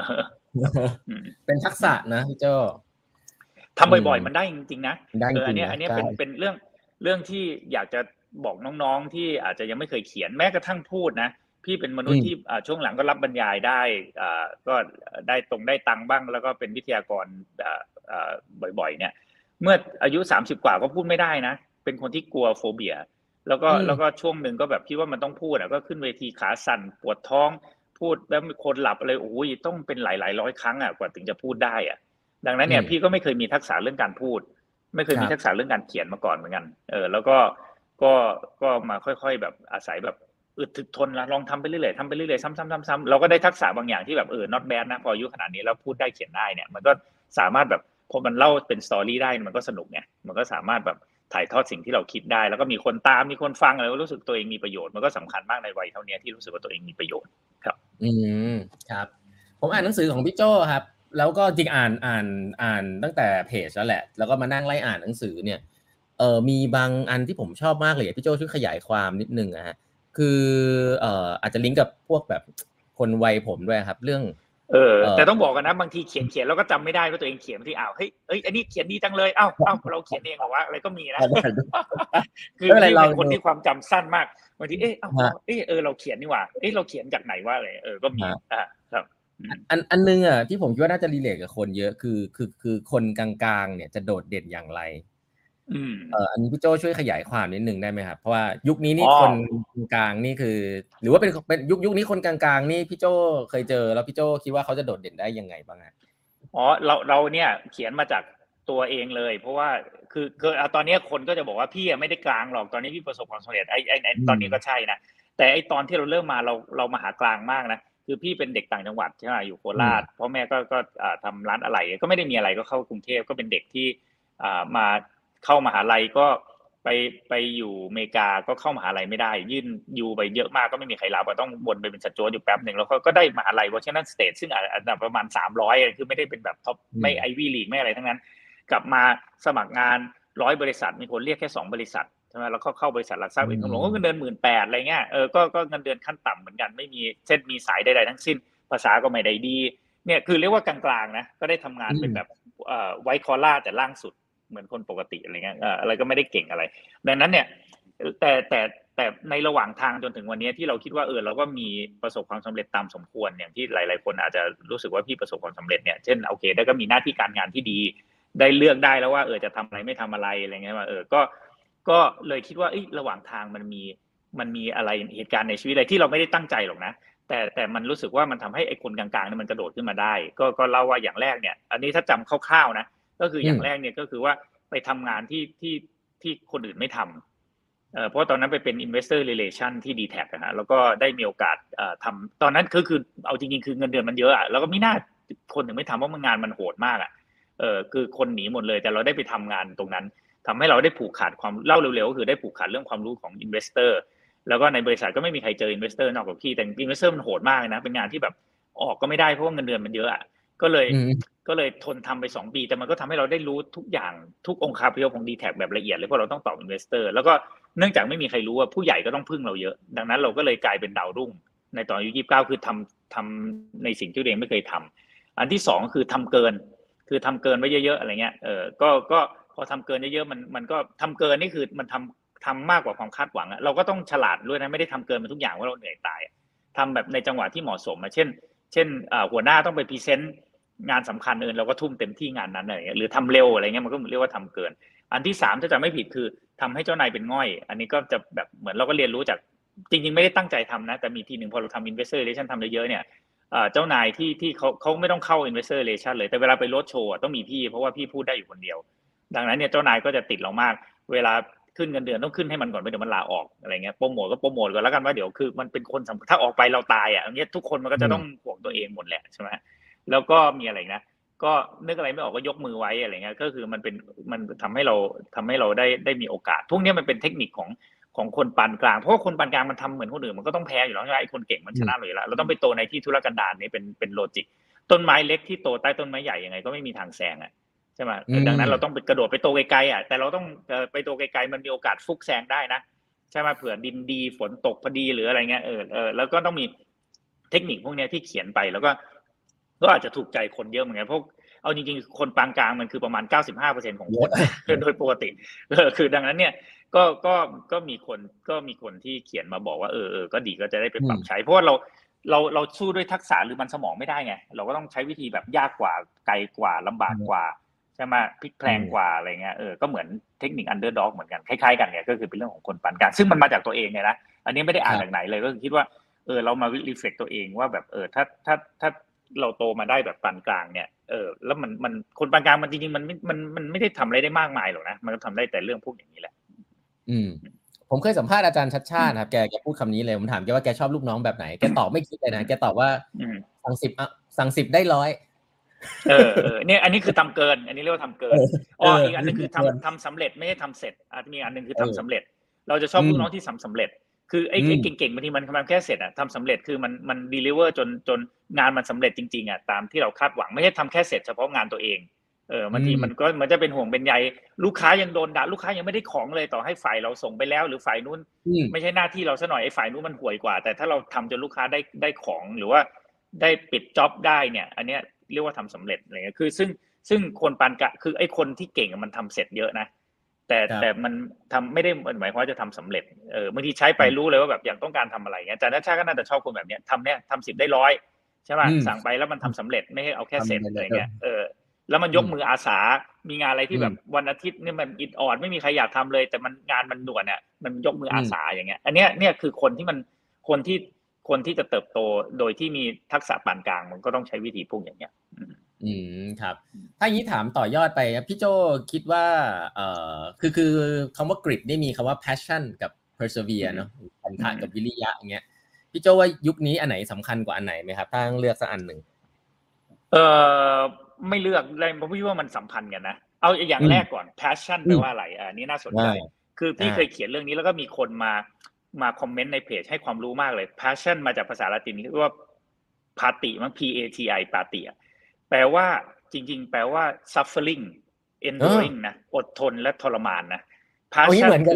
เป็นทักษะนะพี่โจทำบ่อยๆมันได้จริงๆนะอันนี้เป็นเรื่องที่อยากจะบอกน้องๆที่อาจจะยังไม่เคยเขียนแม้กระทั่งพูดนะพี่เป็นมนุษย์ที่ช่วงหลังก็รับบรรยายได้ก็ได้ตังค์บ้างแล้วก็เป็นวิทยากรบ่อยๆเนี่ยเมื่ออายุ30กว่าก็พูดไม่ได้นะเป็นคนที่กลัวโฟเบียแล้วก็ช่วงหนึ่งก็แบบคิดว่ามันต้องพูดก็ขึ้นเวทีขาสั่นปวดท้องพูดแล้วมีคนหลับอะไรโอ้ยต้องเป็นหลายร้อยครั้งกว่าถึงจะพูดได้ดังนั้นเนี่ยพี่ก็ไม่เคยมีทักษะเรื่องการพูดไม่เคยมีทักษะเรื่องการเขียนมาก่อนเหมือนกันแล้วก็มาค่อยๆแบบอาศัยแบบอึดถึกทนลองทำไปเรื่อยๆซ้ำๆๆๆเราก็ได้ทักษะบางอย่างที่แบบnot bad นะพออายุขนาดนี้แล้วพูดได้เขียนได้เนี่ยมันก็สามารถแบบพอมันเล่าเป็นสตอรี่ได้มันก็สนุกไงมันก็สามารถแบบถ่ายทอดสิ่งที่เราคิดได้แล้วก็มีคนตามมีคนฟังแล้วรู้สึกตัวเองมีประโยชน์มันก็สำคัญมากในวัยเท่านี้ที่รู้สึกว่าตัวเองมีประโยชน์ครับครับผมอ่านหนังสือของพี่โจครับแล้วก็จริงอ่านตั้งแต่เพจแล้วแหละแล้วก็มานั่งไล่อ่านหนังสือเนี่ยมีบางอันที่ผมชอบมากเลยพี่โจช่วยขยายความนิดนึงฮะคืออาจจะลิงก์กับพวกแบบคนวัยผมด้วยครับเรื่องแต่ต้องบอกกันนะบางทีเขียนแล้วก็จำไม่ได้ว่าตัวเองเขียนที่เฮ้ยอันนี้เขียนดีจังเลยเราเขียนเองเหรอวะอะไรก็มีนะคือพี่เป็นคนที่ความจำสั้นมากบางทีเราเขียนนี่หว่าเราเขียนจากไหนว่าอะไรก็มีครับอันนึงที่ผมคิดว่าน่าจะรีเลทกับคนเยอะคือคนกลางๆเนี่ยจะโดดเด่นอย่างไรอันนี้พี่โจช่วยขยายความนิดนึงได้ไหมครับเพราะว่ายุคนี้นี่คนกลางนี่คือหรือว่าเป็นยุคนี้คนกลางๆนี่พี่โจเคยเจอแล้วพี่โจคิดว่าเขาจะโดดเด่นได้ยังไงบ้างเราเนี่ยเขียนมาจากตัวเองเลยเพราะว่าคือตอนนี้คนก็จะบอกว่าพี่ไม่ได้กลางหรอกตอนนี้พี่ประสบความสำเร็จไอ้ตอนนี้ก็ใช่นะแต่ไอ้ตอนที่เราเริ่มมาเรามาหากลางมากนะคือพี่เป็นเด็กต่างจังหวัดใช่ไหมอยู่โคราชพ่อแม่ก็ทำร้านอะไรก็ไม่ได้มีอะไรก็เข้ากรุงเทพก็เป็นเด็กที่มาเข้ามหาลัยก็ไปอยู่อเมริกาก็เข้ามหาลัยไม่ได้ยื่นยูไปเยอะมากก็ไม่มีใครรับต้องวนไปเป็นสจ๊วตอยู่แป๊บหนึ่งแล้วก็ได้มหาลัยวอชิงตันสเตทซึ่งอันดับประมาณ300คือไม่ได้เป็นแบบท็อปไม่ไอวี่ลีกไม่อะไรทั้งนั้นกลับมาสมัครงาน100บริษัทมีคนเรียกแค่2บริษัทใช่ไหมแล้วก็เข้าบริษัทหลักทรัพย์อื่นของหลวงก็เงินเดือน18,000อะไรเงี้ยก็เงินเดือนขั้นต่ำเหมือนกันไม่มีเช่นมีสายใดๆทั้งสิ้นภาษาก็ไม่ได้ดีเนี่ยคือเรียกว่ากลางๆนะก็ได้ทำงานเป็นแบบไวท์คอลล่าแต่ล่างสุดเหมือนคนปกติอะไรเงี้ยอะไรก็ไม่ได้เก่งอะไรดังนั้นเนี่ยแต่ในระหว่างทางจนถึงวันนี้ที่เราคิดว่าเราก็มีประสบความสำเร็จตามสมควรอย่างที่หลายๆคนอาจจะรู้สึกว่าพี่ประสบความสำเร็จเนี่ยเช่นโอเคได้ก็มีหน้าที่การงานที่ดีได้เลือกได้แล้วว่าจะทำอะไรไม่ทำอะไรอะไรเงี้ยว่าก็เลยคิดว่าระหว่างทางมันมีอะไรเหตุการณ์ในชีวิตอะไรที่เราไม่ได้ตั้งใจหรอกนะแต่มันรู้สึกว่ามันทำให้ไอ้คนกลางๆเนี่ยมันกระโดดขึ้นมาได้ก็เล่าว่าอย่างแรกเนี่ยอันนี้ถ้าจำคร่าวๆนะก็คืออย่างแรกเนี่ยก็คือว่าไปทำงานที่คนอื่นไม่ทำเพราะตอนนั้นไปเป็น investor relation ที่ DTAC นะฮะแล้วก็ได้มีโอกาสทำตอนนั้นคือเอาจริงๆคือเงินเดือนมันเยอะแล้วก็ไม่น่าคนถึงไม่ทำเพราะงานมันโหดมากคือคนหนีหมดเลยแต่เราได้ไปทำงานตรงนั้นทำให้เราได้ผูกขาดความเล่าเร็วๆก็คือได้ผูกขาดเรื่องความรู้ของ investor แล้วก็ในบริษัทก็ไม่มีใครเจอ investor นอกจากพี่แต่ investor มันโหดมากนะเป็นงานที่แบบออกก็ไม่ได้เพราะว่าเงินเดือนมันเยอะก็เลยทนทำไป2ปีแต่มันก็ทำให้เราได้รู้ทุกอย่างทุกองค์คาพยพของ DTAC แบบละเอียดเลยเพราะเราต้องตอบ investor แล้วก็เนื่องจากไม่มีใครรู้ว่าผู้ใหญ่ก็ต้องพึ่งเราเยอะดังนั้นเราก็เลยกลายเป็นดาวรุ่งในตอนอายุ29คือทำในสิ่งที่ตัวเองไม่เคยทำอันที่2คือทำเกินไว้เยอะๆอะไรเงี้ยก็พอทำเกินเยอะๆมันก็ทำเกินนี่คือมันทำมากกว่าความคาดหวังเราก็ต้องฉลาดด้วยนะไม่ได้ทำเกินมาทุกอย่างว่าเราเหนื่อยตายทำแบบในจังหวะที่เหมาะสมเช่นหัวหน้าต้องไปพรีเซนต์งานสำคัญเราก็ทุ่มเต็มที่งานนั้นอะไรเงี้ยหรือทำเร็วอะไรเงี้ยมันก็เรียกว่าทำเกินอันที่3ถ้าจะไม่ผิดคือทำให้เจ้านายเป็นง่อยอันนี้ก็จะแบบเหมือนเราก็เรียนรู้จากจริงๆไม่ได้ตั้งใจทำนะแต่มีทีนึงพอเราทำ investor relation ทำเยอะๆเนี่ยเจ้านายที่เขาไม่ต้องเข้า investor relation เลยแต่เวลาไปโรดโชว์ต้องมีพี่เพราะว่าพี่พูดได้อยู่คนเดียวดังนั้นเนี่ยเจ้านายก็จะติดเรามากเวลาขึ้นเงินเดือนต้องขึ้นให้มันก่อนไม่เดี๋ยวมันลาออกอะไรเงี้ยโปรโมทก็โปรโมทก่อนแล้วกันว่าเดี๋ยวคือมันเป็นคนถ้าออกไปเราตายอย่างเงี้ยทุกคนมันก็จะต้องห่วงตัวเองหมดแหละใช่ไหมแล้วก็มีอะไรนะก็นึกอะไรไม่ออกก็ยกมือไว้อะไรเงี้ยก็คือมันทำให้เราได้มีโอกาสพวกนี้มันเป็นเทคนิคของคนปานกลางเพราะว่าคนปานกลางมันทำเหมือนคนอื่นมันก็ต้องแพ้อยู่แล้วใช่ไหมไอ้คนเก่งมันชนะอยู่แล้วเราต้องไปโตในที่ธุรกันดารนี่เป็นโลจิกต้นไม้เล็กที่โตใต้ต้นไม้ใหญ่ยังไงก็ไม่มีทางแซงอ่ะใช่ไหมดังนั้นเราต้องไปกระโดดไปโตไกลๆอ่ะแต่เราต้องไปโตไกลๆมันมีโอกาสฟุกแซงได้นะใช่ไหมเผื่อดินดีฝนตกพอดีหรืออะไรเงี้ยแล้วก็ต้องมีเทคนิคพวกนี้ที่เขียนไปแล้วก็อาจจะถูกใจคนเยอะเหมือนกันเพราะเอาจริงๆคนปานกลางมันคือประมาณ 95% ของคนโดยปกติคือดังนั้นเนี่ยก็มีคนที่เขียนมาบอกว่าก็ดีก็จะได้ไปปรับใช้เพราะว่าเราสู้ด้วยทักษะหรือมันสมองไม่ได้ไงเราก็ต้องใช้วิธีแบบยากกว่าไกลกว่าลำบากกว่าใช่ไหมพลิกแพลงกว่าอะไรเงี้ยก็เหมือนเทคนิคอันเดอร์ด็อกเหมือนกันคล้ายๆกันเนี่ยก็คือเป็นเรื่องของคนปานกลางซึ่งมันมาจากตัวเองไงนะอันนี้ไม่ได้อ่านจากไหนเลยก็คือคิดว่าเรามารีเฟล็กตัวเองว่าแบบถ้าเราโตมาได้แบบปานกลางเนี่ยแล้วมันคนปานกลางมันจริงๆมันไม่ได้ทำอะไรได้มากมายหรอกนะมันก็ทำได้แต่เรื่องพวกอย่างนี้แหละผมเคยสัมภาษณ์อาจารย์ชัชชาติครับแกพูดคำนี้เลยผมถามแกว่าแกชอบลูกน้องแบบไหนแกตอบไม่คิดเลยนะแกตอบว่าสั่ง10ได้100 เนี่ยอันนี้คือทำเกินอันนี้เรียกว่าทำเกินอีกอันนึงคือทำสำเร็จไม่ใช่ทำเสร็จอาจจะมีอันนึงคือทำสำเร็จเราจะชอบลูกน้องที่ทำสำเร็จคือไอ้เก่งๆบางทีมันทำแค่เสร็จอะทำสำเร็จคือมันดีลิเวอร์จนงานมันสำเร็จจริงๆอะตามที่เราคาดหวังไม่ใช่ทำแค่เสร็จเฉพาะงานตัวเองบางทีมันจะเป็นห่วงเป็นใยลูกค้ายังโดนด่าลูกค้ายังไม่ได้ของเลยต่อให้ฝ่ายเราส่งไปแล้วหรือฝ่ายนู้นไม่ใช่หน้าที่เราซะหน่อยไอ้ฝ่ายนู้นมันห่วยกว่าแต่ถ้าเราทำจนลูกค้าได้ของหรือว่าได้ปิดจ็อบได้เนี่ยอันเนี้ยเรียกว่าทำสำเร็จอะไรเงี้ยคือซึ่งคนปานกลางคือไอ้คนที่เก่งมันทำเสร็จเยอะนะแต่มันทำไม่ได้หมายความว่าจะทำสำเร็จบางทีใช้ไปรู้เลยว่าแบบอยากต้องการทำอะไรเงี้ยอาจารย์ชาติก็น่าจะชอบคนแบบเนี้ยทำ10ได้100ใช่ป่ะสั่งไปแล้วมันทำสำเร็จไม่ให้เอาแค่เสร็จอะไรเงี้ยแล้วมันยกมืออาสามีงานอะไรที่แบบวันอาทิตย์นี่มันอิดออดไม่มีใครอยากทำเลยแต่มันงานมันด่วนเนี่ยมันยกมืออาสาอย่างเงี้ยอันเนี้ยเนี่ยคือคนที่จะเติบโตโดยที่มีทักษะปานกลางมันก็ต้องใช้วิธีพวกอย่างเงี้ยครับถ้าอย่างนี้ถามต่อยอดไปพี่โจคิดว่าคือคำว่า grit นี่มีคำว่า passion กับ persevere เนาะพันธะกับวิริยะอย่างเงี้ยพี่โจว่ายุคนี้อันไหนสำคัญกว่าอันไหนไหมครับถ้าต้องเลือกสักอันหนึ่งไม่เลือกเลยเพราะพี่ว่ามันสัมพันธ์กันนะเอาอย่างแรกก่อน passion แปลว่าอะไรอันนี้น่าสนใจคือพี่เคยเขียนเรื่องนี้แล้วก็มีคนมาคอมเมนต์ในเพจให้ความรู้มากเลย passion มาจากภาษาละตินเรียกว่า pati มั้ง PATI pati แปลว่าจริงๆแปลว่า suffering enduring นะอดทนและทรมานนะ passion คือ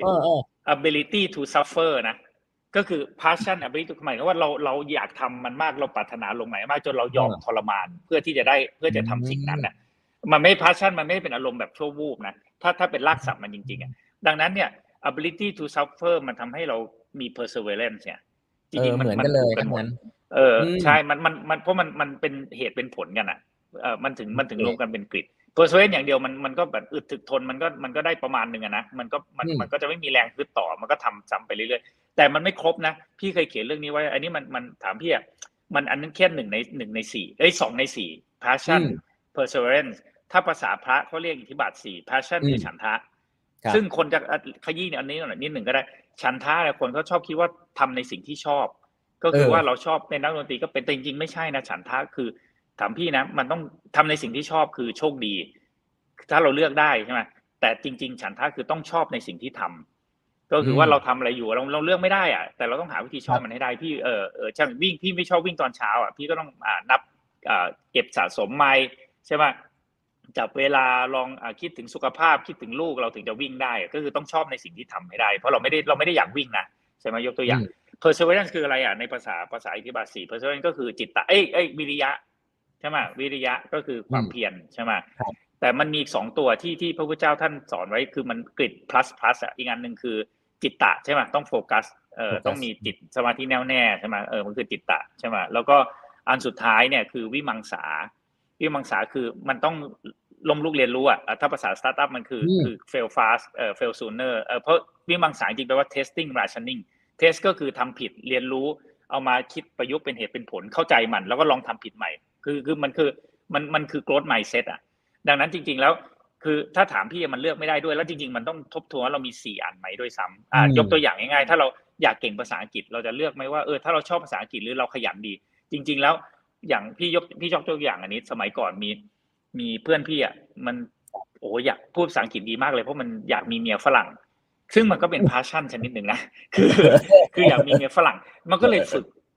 ability to suffer นะก็คือ passion ability หมายถึงว่าเราอยากทำมันมากเราปรารถนาลงไหนมากจนเรายอมทรมานเพื่อจะทำสิ่งนั้นน่ะมันไม่ passion มันไม่เป็นอารมณ์แบบชั่ววูบนะถ้าเป็นรากศัพท์มันจริงๆอ่ะดังนั้นเนี่ย ability to suffer มันทำให้เรามี perseverance เนี่ยจริงๆมันถูกกันหมดใช่มันเพราะมันเป็นเหตุเป็นผลกันอ่ะมันถึงรวมกันเป็นกริดperseverance อย่างเดียวมันก็แบบอึดถึกทนมันก็ได้ประมาณนึงนะมันก็จะไม่มีแรงฮึดต่อมันก็ทำซ้ำไปเรื่อยๆแต่มันไม่ครบนะพี่เคยเขียนเรื่องนี้ไว้อันนี้มันถามพี่อ่ะมันอันนั้นแค่1 ใน 4 2 ใน 4 passion perseverance ถ้าภาษาพระเขาเรียกอิทธิบาท4 passion คือฉันทะซึ่งคนจะขยี้เนี่ยอันนี้หน่อยนิดหนึ่งก็ได้ฉันทะเนี่ยคนก็ชอบคิดว่าทำในสิ่งที่ชอบก็คือว่าเราชอบในนักดนตรีก็เป็นแต่จริงๆไม่ใช่นะฉันทะคือถามพี่นะมันต้องทำในสิ่งที่ชอบคือโชคดีถ้าเราเลือกได้ใช่ไหมแต่จริงๆฉันทะคือต้องชอบในสิ่งที่ทำก็คือว่าเราทำอะไรอยู่เราเลือกไม่ได้อะแต่เราต้องหาวิธีชอบมันให้ได้พี่ช่างวิ่งพี่ไม่ชอบวิ่งตอนเช้าอ่ะพี่ก็ต้องนับเก็บสะสมไมล์ใช่ไหมจับเวลาลองคิดถึงสุขภาพคิดถึงลูกเราถึงจะวิ่งได้ก็คือต้องชอบในสิ่งที่ทำให้ได้เพราะเราไม่ได้อยากวิ่งนะใช่ไหมยกตัวอย่าง perseverance คืออะไรอ่ะในภาษาอิทธิบาท4 perseverance ก็คือจิตตะวิริยะใช่ไหมวิริยะก็คือความเพียรใช่ไหมแต่มันมีอีก2ตัวที่พระพุทธเจ้าท่านสอนไว้คือมันกริด plus อ่ะอีกอันนึงคือจิตตะใช่ไหมต้องโฟกัสต้องมีจิตสมาธิแน่วแน่ใช่ไหมมันคือจิตตะใช่ไหมแล้วก็อันสุดท้ายเนี่ยคือวิมังสาคือมันต้องล้มลุกเรียนรู้อ่ะถ้าภาษาสตาร์ทอัพมันคือ fail fast fail sooner เพราะวิมังสาจริงแปลว่า testing rationing test ก็คือทำผิดเรียนรู้เอามาคิดประยุกต์เป็นเหตุเป็นผลเข้าใจมันแล้วก็ลองทำผิดใหม่คือมันคือ growth mindset อ่ะดังนั้นจริงๆแล้วคือถ้าถามพี่มันเลือกไม่ได้ด้วยแล้วจริงๆมันต้องทบทวนว่าเรามี4อันไหมด้วยซ้ำยกตัวอย่างง่ายๆถ้าเราอยากเก่งภาษาอังกฤษเราจะเลือกไหมว่าถ้าเราชอบภาษาอังกฤษหรือเราขยันดีจริงๆแล้วอย่างพี่ยกตัวอย่างอันนี้สมัยก่อนมีเพื่อนพี่อ่ะมันอยากพูดภาษาอังกฤษดีมากเลยเพราะมันอยากมีเมียฝรั่งซึ่งมันก็เป็น passion ชนิดหนึ่งนะคืออยากมีเมียฝรั่งมันก็เลย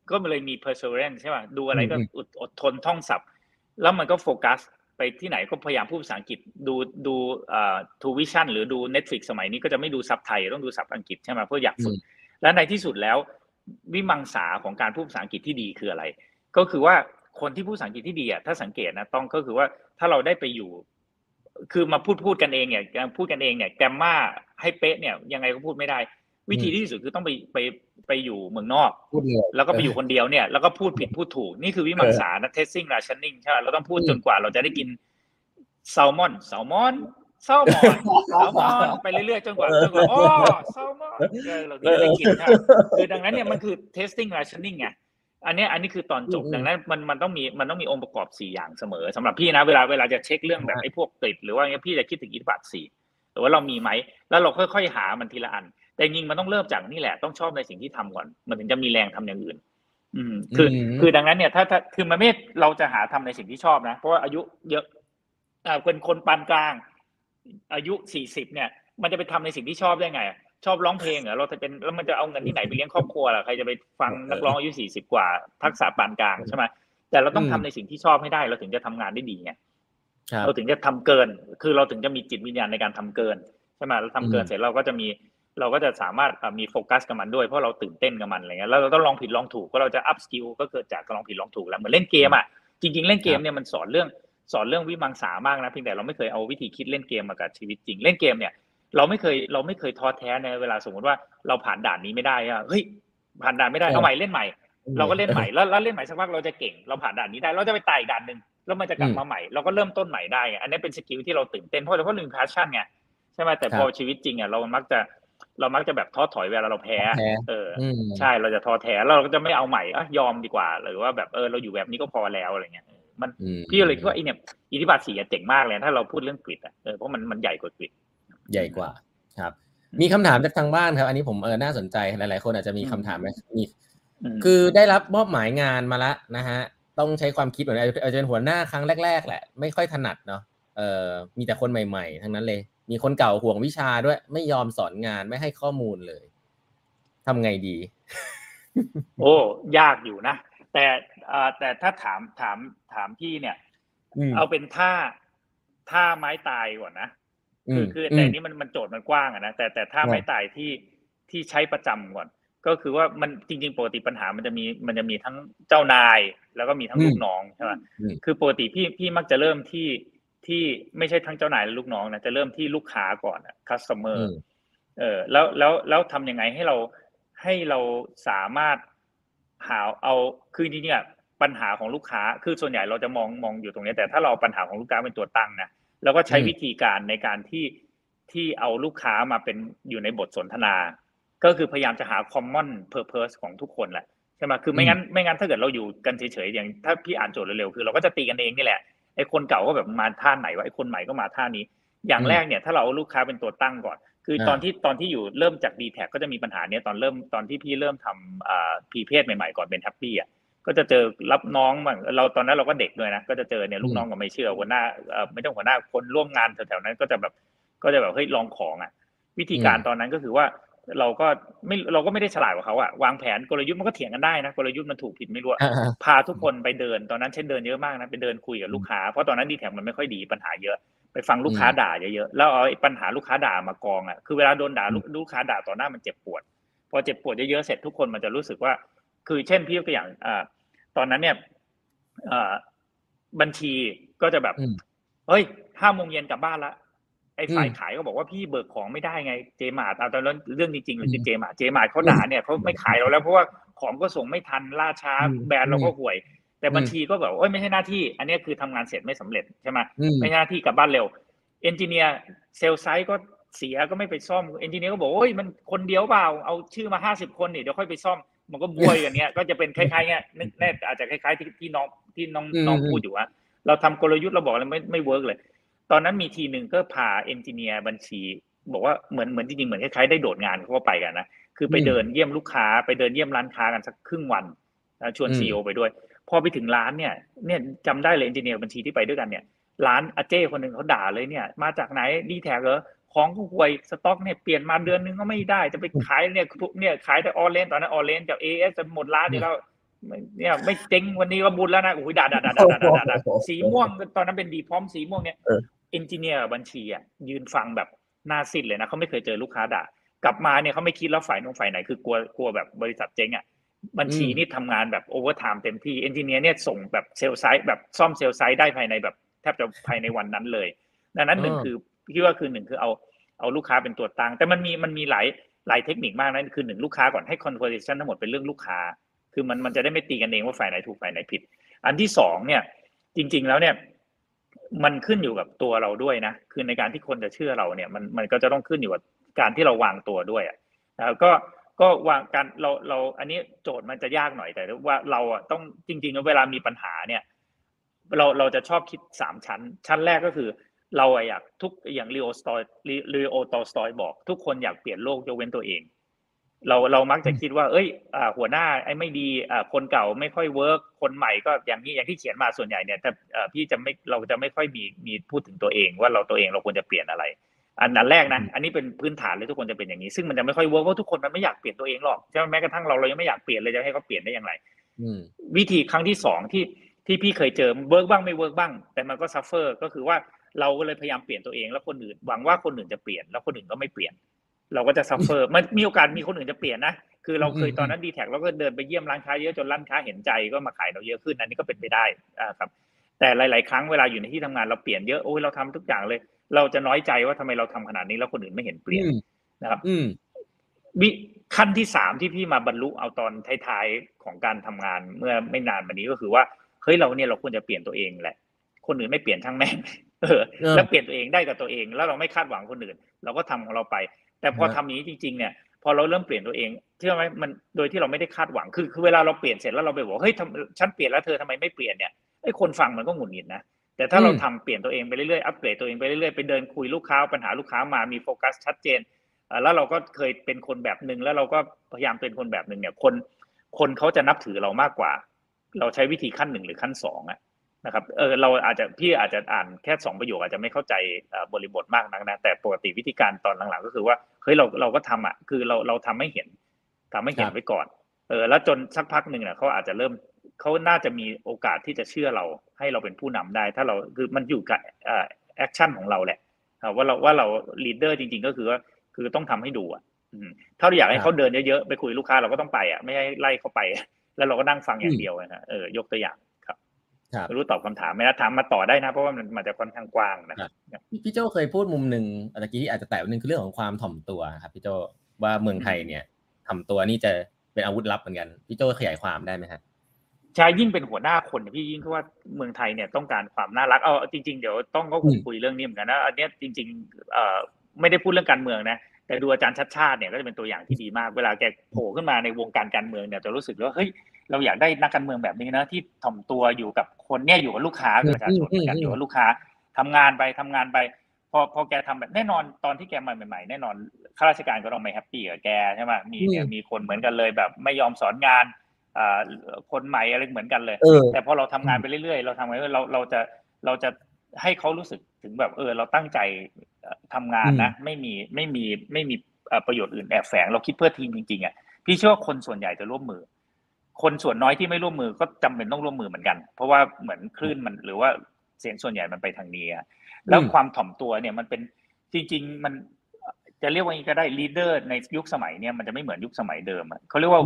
ก็เลยมี perseverance ใช่ป่ะดูอะไรก็อดทนท่องศัพท์แล้วมันก็โฟกัสไปที่ไหนก็พยายามพูดภาษาอังกฤษดูทูวิชั่นหรือดู Netflix สมัยนี้ก็จะไม่ดูซับไทยต้องดูซับอังกฤษใช่ไหมเพื่ออยากฝึกและในที่สุดแล้ววิมังสาของการพูดภาษาอังกฤษที่ดีคืออะไรก็คือว่าคนที่พูดภาษาอังกฤษที่ดีอ่ะถ้าสังเกตนะต้องก็คือว่าถ้าเราได้ไปอยู่คือมาพูดกันเองเนี่ยพูดกันเองเนี่ยแกรมมาให้เป๊ะเนี่ยยังไงก็พูดไม่ได้วิธีที่ดีสุดคือต้องไปอยู่เมืองนอกแล้วก็ไปอยู่คนเดียวเนี่ยแล้วก็พูดผิดพูดถูกนี่คือวิมังสานะ testing rationing ใช่ไหมเราต้องพูดจนกว่าเราจะได้กินแซลมอนไปเรื่อยๆจนกว่าโอ้แซลมอนเราได้กินนะคือดังนั้นเนี่ยมันคือ testing rationing ไงอันนี้คือตอนจบดังนั้นมันต้องมีองค์ประกอบ4อย่างเสมอสำหรับพี่นะเวลาจะเช็คเรื่องแบบไอ้พวกติดหรือว่าพี่จะคิดถึงอิทธิบาท4หรือว่าเรามีไหมแล้วเราค่อยๆหามันทีละอันแต่จริงมันต้องเริ่มจากนี่แหละต้องชอบในสิ่งที่ทำก่อนมันถึงจะมีแรงทำอย่างอื่นคือดังนั้นเนี่ยถ้าคือมันไม่เราจะหาทำในสิ่งที่ชอบนะเพราะว่าอายุเยอะเป็นคนปานกลางอายุ40เนี่ยมันจะไปทำในสิ่งที่ชอบได้ไงชอบร้องเพลงเหรอเราจะเป็นแล้วมันจะเอาเงินที่ไหนไปเลี้ยงครอบครัวล่ะใครจะไปฟังนักร้องอายุ40กว่าทักษะปานกลางใช่ไหมแต่เราต้องทำในสิ่งที่ชอบให้ได้เราถึงจะทำงานได้ดีไงเราถึงจะทำเกินคือเราถึงจะมีจิตวิญญาณในการทำเกินใช่ไหมเราทำเกินเสร็จเราก็จะสามารถมีโฟกัสกับมันด้วยเพราะเราตื่นเต้นกับมันอะไรเงี้ยแล้วเราต้องลองผิดลองถูกก็เราจะอัพสกิลก็เกิดจากการลองผิดลองถูกแล้วเหมือนเล่นเกมอ่ะจริงๆเล่นเกมเนี่ยมันสอนเรื่องวิมังสามากนะเพียงแต่เราไม่เคยเอาวิธีคิดเล่นเกมมากับชีวิตจริงเล่นเกมเนี่ยเราไม่เคยท้อแท้ในเวลาสมมติว่าเราผ่านด่านนี้ไม่ได้เฮ้ยผ่านด่านไม่ได้เอาใหม่เล่นใหม่เราก็เล่นใหม่แล้วเล่นใหม่สักพักเราจะเก่งเราผ่านด่านนี้ได้เราจะไปตายอีกด่านนึงแล้วมันจะกลับมาใหม่เราก็เริ่มต้นใหม่ได้ไงอันนี้เป็นสกิลที่เราตื่นเต้นเพราะเรามีแพชชั่นไงใช่ไหมแต่พอชีวิตจริงอ่ะเรามักจะแบบท้อถอยเวลาเราแพ้ใช่เราจะท้อแท้แล้วเราก็จะไม่เอาใหม่ยอมดีกว่าหรือว่าแบบเราอยู่แบบนี้ก็พอแล้วอะไรเงี้ยมันพี่เลยคิดว่าไอ้เนี่ยอิทธิบาท4เจ๋งมากเลยถ้าเราพูดเรื่องกริดเพราะมันใหญ่กว่ากริดใหญ่กว่าครับมีคำถามจากทางบ้านครับอันนี้ผมน่าสนใจหลายๆคนอาจจะมีคำถามไหมมีคือได้รับมอบหมายงานมาแล้วนะฮะต้องใช้ความคิดเหมือนอาจจะเป็นหัวหน้าครั้งแรกๆแหละไม่ค่อยถนัดเนาะมีแต่คนใหม่ๆทั้งนั้นเลยมีคนเก่าห่วงวิชาด้วยไม่ยอมสอนงานไม่ให้ข้อมูลเลยทำไงดีโอ้ยากอยู่นะแต่ถ้าถามพี่เนี่ยเอาเป็นท่าไม้ตายก่อนนะคือแต่นี้มันโจทย์มันกว้างนะแต่ท่าไม้ตายที่ใช้ประจำก่อนก็คือว่ามันจริงๆปกติปัญหามันจะมีทั้งเจ้านายแล้วก็มีทั้งลูกน้องใช่ไหมคือปกติพี่มักจะเริ่มที่ไม่ใช่ทั้งเจ้านายและลูกน้องนะจะเริ่มที่ลูกค้าก่อนcustomer แล้วทำยังไงให้เราสามารถหาเอาคือจริงๆเนี่ยปัญหาของลูกค้าคือส่วนใหญ่เราจะมองอยู่ตรงนี้แต่ถ้าเราปัญหาของลูกค้าเป็นตัวตั้งนะแล้วก็ใช้วิธีการในการที่เอาลูกค้ามาเป็นอยู่ในบทสนทนาก็คือพยายามจะหา common purpose ของทุกคนแหละใช่ไหมคือไม่งั้นถ้าเกิดเราอยู่กันเฉยๆอย่างถ้าพี่อ่านโจทย์เร็วๆคือเราก็จะตีกันเองนี่แหละไอ้คนเก่าก็แบบมาท่าไหนวะไอ้คนใหม่ก็มาท่านี้อย่างแรกเนี่ยถ้าเราเอาลูกค้าเป็นตัวตั้งก่อนคือตอนที่อยู่เริ่มจาก D-Tag ก็จะมีปัญหาเนี้ยตอนที่พี่เริ่มทำพีเพจใหม่ๆก่อนเป็นแฮปปี้อ่ะก็จะเจอรับน้องบ้างเราตอนนั้นเราก็เด็กด้วยนะก็จะเจอเนี่ยลูกน้องก็ไม่เชื่อหัวหน้าไม่ต้องหัวหน้าคนร่วมงานแถวๆนั้นก็จะแบบเฮ้ยลองของอ่ะวิธีการตอนนั้นก็คือว่าเราก็ไม่ได้ฉลาดกว่าเขาอ่ะวางแผนกลยุทธ์มันก็เถียงกันได้นะกลยุทธ์มันถูกผิดไม่รู้พาทุกคนไปเดินตอนนั้นเช่นเดินเยอะมากนะไปเดินคุยกับลูกค้าเพราะตอนนั้น D-Tag มันไม่ค่อยดีปัญหาเยอะไปฟังลูกค้าด่าเยอะๆแล้วเอาปัญหาลูกค้าด่ามากองอ่ะคือเวลาโดนด่าลูกค้าด่าต่อหน้ามันเจ็บปวดพอเจ็บปวดเยอะๆเสร็จทุกคนมันจะรู้สึกว่าคือเช่นพี่ยกตัวอย่างตอนนั้นเนี่ยบัญชีก็จะแบบเฮ้ย 5:00 นกลับบ้านละไอ้ฝ่ายขายก็บอกว่าพี่เบิกของไม่ได้ไงเจมาร์ทตอนนั้นเรื่องจริงๆเลยคือเจมาร์ทเขาด่าเนี่ยเขาไม่ขายเราแล้วเพราะว่าของก็ส่งไม่ทันล่าช้าแบรนด์เราก็ห่วยแต่บัญชีก็แบบโอ้ยไม่ใช่หน้าที่อันนี้คือทำงานเสร็จไม่สำเร็จใช่ไหมไม่ใช่หน้าที่กลับบ้านเร็วเอนจิเนียร์เซลล์ไซต์ก็เสียก็ไม่ไปซ่อมเอนจิเนียร์ก็บอกโอ้ยมันคนเดียวเปล่าเอาชื่อมา50 คนนี่เดี๋ยวค่อยไปซ่อมมันก็บวยกันเนี้ยก็จะเป็นคล้ายๆเงี้ยแน่อาจจะคล้ายๆที่น้องพูดอยู่ว่าเราทำกลยุทธ์เราบอกอะไรไม่เวิร์กเลยตอนนั้นมีทีนึงก็พาเอนจิเนียร์บัญชีบอกว่าเหมือนจริงๆเหมือนคล้ายๆได้โดดงานเขาก็ไปกันนะคือไปเดินเยี่ยมลูกค้าไปเดินเยี่ยมร้านค้ากันสักครึ่งวันชวน CEO ไปด้วยพอไปถึงร้านเนี่ยจำได้เลยเอนจิเนียร์บัญชีที่ไปด้วยกันเนี่ยร้านอาเจ้คนนึงเขาด่าเลยเนี่ยมาจากไหนD-Tagเหรอของก็ห่วยสต็อกเนี่ยเปลี่ยนมาเดือนนึงก็ไม่ได้จะไปขายเนี่ยขายแต่ออเรนจ์ตอนนั้นออเรนจ์กับ AS จะหมดร้านอยู่แล้วเนี่ยไม่เจ๊งวันนี้ก็บุญแล้วนะโอ้ยด่าสีม่วงตอนนั้นเป็นดีพร้อมสีม่วงเนี่ยเอนจิเนียร์บัญชีอ่ะยืนฟังแบบหน้าซีดเลยนะเขาไม่เคยเจอลูกค้าด่ากลับมาเนี่ยเขาไม่คิดแล้วฝ่ายไหนคือกลัวแบบบริษัทเจ๊งอ่ะบัญชีนี่ทำงานแบบโอเวอร์ไทม์เต็มที่เอนจิเนียร์เนี่ยส่งแบบเซลล์ไซต์แบบซ่อมเซลล์ไซต์ได้ภายในแบบแทบจะภายในวันนั้นเลยดังนั้นหนึ่งคือคิดว่าคือหนึ่งคือเอาลูกค้าเป็นตัวตั้งแต่มันมีหลายเทคนิคมากนะคือหนึ่งลูกค้าก่อนให้ conversation ทั้งหมดเป็นเรื่องลูกค้าคือมันจะได้ไม่ตีกันเองว่าฝ่ายไหนถูกฝ่ายไหนผิดอันที่สองเนี่ยจริงๆแล้วเนี่ยมันขึ้นอยู่กับตัวเราด้วยนะคือในการที่คนจะเชื่อเราเนี่ยมันก็จะต้องขึ้นอยู่กับการที่เราวางตัวด้วยแล้วก็วางการเราอันนี้โจทย์มันจะยากหน่อยแต่ว่าเราต้องจริงๆเวลามีปัญหาเนี่ยเราจะชอบคิด3ชั้นแรกก็คือเราอยากทุกอย่างลีโอตอลสตอยบอกทุกคนอยากเปลี่ยนโลกยกเว้นตัวเองเรามักจะคิดว่าหัวหน้าไอ้ไม่ดีคนเก่าไม่ค่อยเวิร์กคนใหม่ก็อย่างที่เขียนมาส่วนใหญ่เนี่ยแต่พี่เราจะไม่ค่อยมีพูดถึงตัวเองว่าตัวเองเราควรจะเปลี่ยนอะไรอันแรกนะอันนี้เป็นพื้นฐานเลยทุกคนจะเป็นอย่างนี้ซึ่งมันจะไม่ค่อยเวิร์กเพราะทุกคนมันไม่อยากเปลี่ยนตัวเองหรอกใช่ไหมแม้กระทั่งเรายังไม่อยากเปลี่ยนเลยจะให้เขาเปลี่ยนได้อย่างไรวิธีครั้งที่2ที่พี่เคยเจอเวิร์กบ้างไม่เวิร์กบ้างแต่มันก็ซัฟเฟอร์ก็คือว่าเราก็เลยพยายามเปลี่ยนตัวเองแล้วคนอื่นหวังว่าคนอื่นจะเปลี่ยนแล้วคนอื่นก็ไม่เปลี่ยนเราก็จะซัฟเฟอร์มันมีโอกาสมีคนอื่นจะเปลี่ยนนะคือเราเคยตอนนั้น D-Tag เราก็เดินไปเยี่ยมร้านค้าเยอะจนร้านค้าเห็นใจก็มาขายเราเยอะขึ้นอันนี้ก็เป็นไปได้ครับแต่หลายๆครั้งเวลาอยู่ในที่ทำงานเราเปลี่ยนเยอะโอ้ยเราทำทุกอย่างเลยเราจะน้อยใจว่าทำไมเราทำขนาดนี้แล้วคนอื่นไม่เห็นเปลี่ยนนะครับขั้นที่3ที่พี่มาบรรลุเอาตอนท้ายๆของการทำงานเมื่อไม่นานมานี้ก็คือว่าเฮ้ยเราควรจะเปลี่ยนตัวเองแหละคนอื่นไม่เปลี่ยนช่างแม่งแล้วเปลี่ยนตัวเองได้กับตัวเองแล้วเราไม่คาดหวังคนอื่นเราก็ทำของเราไปแต่พอทำนี้จริงๆเนี่ยพอเราเริ่มเปลี่ยนตัวเองเชื่อไหมมันโดยที่เราไม่ได้คาดหวังคือเวลาเราเปลี่ยนเสร็จแล้วเราไปบอกเฮ้ยฉันเปลี่ยนแล้วเธอทำไมไม่เปลี่ยนเนี่ยไอ้คนฟังมันก็หงุดหงิดนะแต่ถ้าเราทำเปลี่ยนตัวเองไปเรื่อยๆอัปเกรดตัวเองไปเรื่อยๆไปเดินคุยลูกค้าปัญหาลูกค้ามามีโฟกัสชัดเจนแล้วเราก็เคยเป็นคนแบบนึงแล้วเราก็พยายามเป็นคนแบบนึงเนี่ยคนเขาจะนับถือเรามากกว่าเราใช้วิธีขั้น1หรือขั้น2นะครับเราพี่อาจจะอ่านแค่2ประโยคอาจจะไม่เข้าใจบริบทมากนักนะแต่ปกติวิธีการตอนหลังๆก็คือว่าเฮ้ยเราก็ทำคือเราทำให้เห็นไว้ก่อนแล้วจนสักพักนึงเนี่ยเขาอาจจะเริ่มเขาน่าจะมีโอกาสที่จะเชื่อเราให้เราเป็นผู้นำได้ถ้าเราคือมันอยู่กับแอคชั่นของเราแหละว่าเราลีดเดอร์จริงๆก็คือว่าคือต้องทำให้ดูถ้าเราอยากให้เขาเดินเยอะๆไปคุยลูกค้าเราก็ต้องไปไม่ให้ไล่เขาไปแล้วเราก็นั่งฟังอย่างเดียวนะยกตัวอย่างครับไม่รู้ตอบคำถามไหมนะถามมาต่อได้นะเพราะว่ามันจะค่อนข้างกว้างนะครับพี่โจเคยพูดมุมหนึ่งเมื่อกี้ที่อาจจะแตะนึงคือเรื่องของความถ่อมตัวครับพี่โจว่าเมืองไทยเนี่ยถ่อมตัวนี่จะเป็นอาวุธลับเหมือนกันพี่โจขยายความได้ไหมครับใช่ยิ่งเป็นหัวหน้าคนพี่ยิ่งคือว่าเมืองไทยเนี่ยต้องการความน่ารักจริงๆเดี๋ยวต้องก็คงคุยเรื่องนี้เหมือนกันนะอันนี้จริงๆไม่ได้พูดเรื่องการเมืองนะแต่ดูอาจารย์ชัดชาติเนี่ยก็จะเป็นตัวอย่างที่ดีมากเวลาแกโผล่ขึ้นมาในวงการเมืองเนี่ยจะรู้สึกว่าเฮ้ยเราอยากได้นักการเมืองแบบนี้นะที่ถ่อมตัวอยู่กับคนเนี่ยอยู่กับลูกค้าประชาชนเหมือนกันอยู่กับลูกค้าทำงานไปพอแกทำแบบแน่นอนตอนที่แกมาใหม่ๆแน่นอนข้าราชการก็ต้องไม่แฮปปี้กับแกใช่ไหมมีคนเหมือนกันเลยแบบไม่ยอมสอนงานคนใหม่อะไรเหมือนกันเลยแต่พอเราทำงานไปเรื่อยๆเราทำไงเราจะให้เขารู้สึกถึงแบบเราตั้งใจทำงานนะไม่มีประโยชน์อื่นแอบแฝงเราคิดเพื่อทีมจริงๆพี่เชื่อว่าคนส่วนใหญ่จะร่วมมือคนส่วนน้อยที่ไม่ร่วมมือก็จำเป็นต้องร่วมมือเหมือนกันเพราะว่าเหมือนคลื่นมันหรือว่าเสียงส่วนใหญ่มันไปทางนี้แล้วความถ่อมตัวเนี่ยมันเป็นจริงๆมันจะเรียกว่าอย่างนี้ก็ได้ leader ในยุคสมัยเนี่ยมันจะไม่เหมือนยุคสมัยเดิมเขาเรียกว่า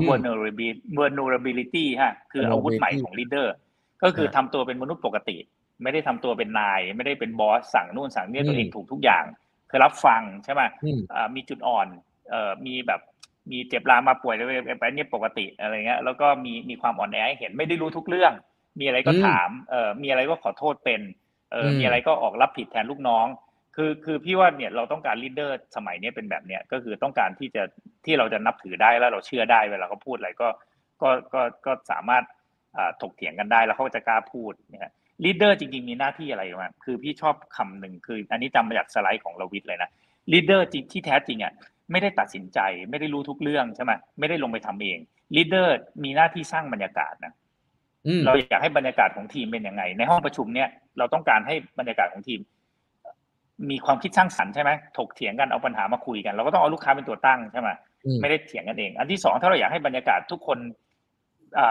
vulnerability คืออาวุธใหม่ของ leader ก็คือทำตัวเป็นมนุษย์ปกติไม่ได้ทำตัวเป็นนายไม่ได้เป็นบอสสั่งนู่นสั่งนี่ตัวเองถูกทุกอย่างคือรับฟังใช่ไหมมีจุดอ่อนมีแบบมีเจ็บรามาป่วยอะไรแบบนี้ปกติอะไรเงี้ยแล้วก็มีความอ่อนแอให้เห็นไม่ได้รู้ทุกเรื่องมีอะไรก็ถามมีอะไรก็ขอโทษเป็นมีอะไรก็ออกรับผิดแทนลูกน้องคือพี่ว่าเนี่ยเราต้องการลีดเดอร์สมัยนี้เป็นแบบเนี้ยก็คือต้องการที่เราจะนับถือได้แล้วเราเชื่อได้เวลาเขาพูดอะไรก็สามารถถกเถียงกันได้แล้วเขาจะกล้าพูดเนี่ยลีดเดอร์จริงๆมีหน้าที่อะไรมั้ยคือพี่ชอบคำหนึ่งคืออันนี้จำมาจากสไลด์ของลวิทย์เลยนะลีดเดอร์ที่แท้จริงไม่ได้ตัดสินใจไม่ได้รู้ทุกเรื่องใช่ไหมไม่ได้ลงไปทำเองลีดเดอร์มีหน้าที่สร้างบรรยากาศนะเราอยากให้บรรยากาศของทีมเป็นยังไงในห้องประชุมเนี่ยเราต้องการให้บรรยากาศของทีมมีความคิดสร้างสรรค์ใช่ไหมถกเถียงกันเอาปัญหามาคุยกันเราก็ต้องเอาลูกค้าเป็นตัวตั้งใช่ไหมไม่ได้เถียงกันเองอันที่2ถ้าเราอยากให้บรรยากาศทุกคน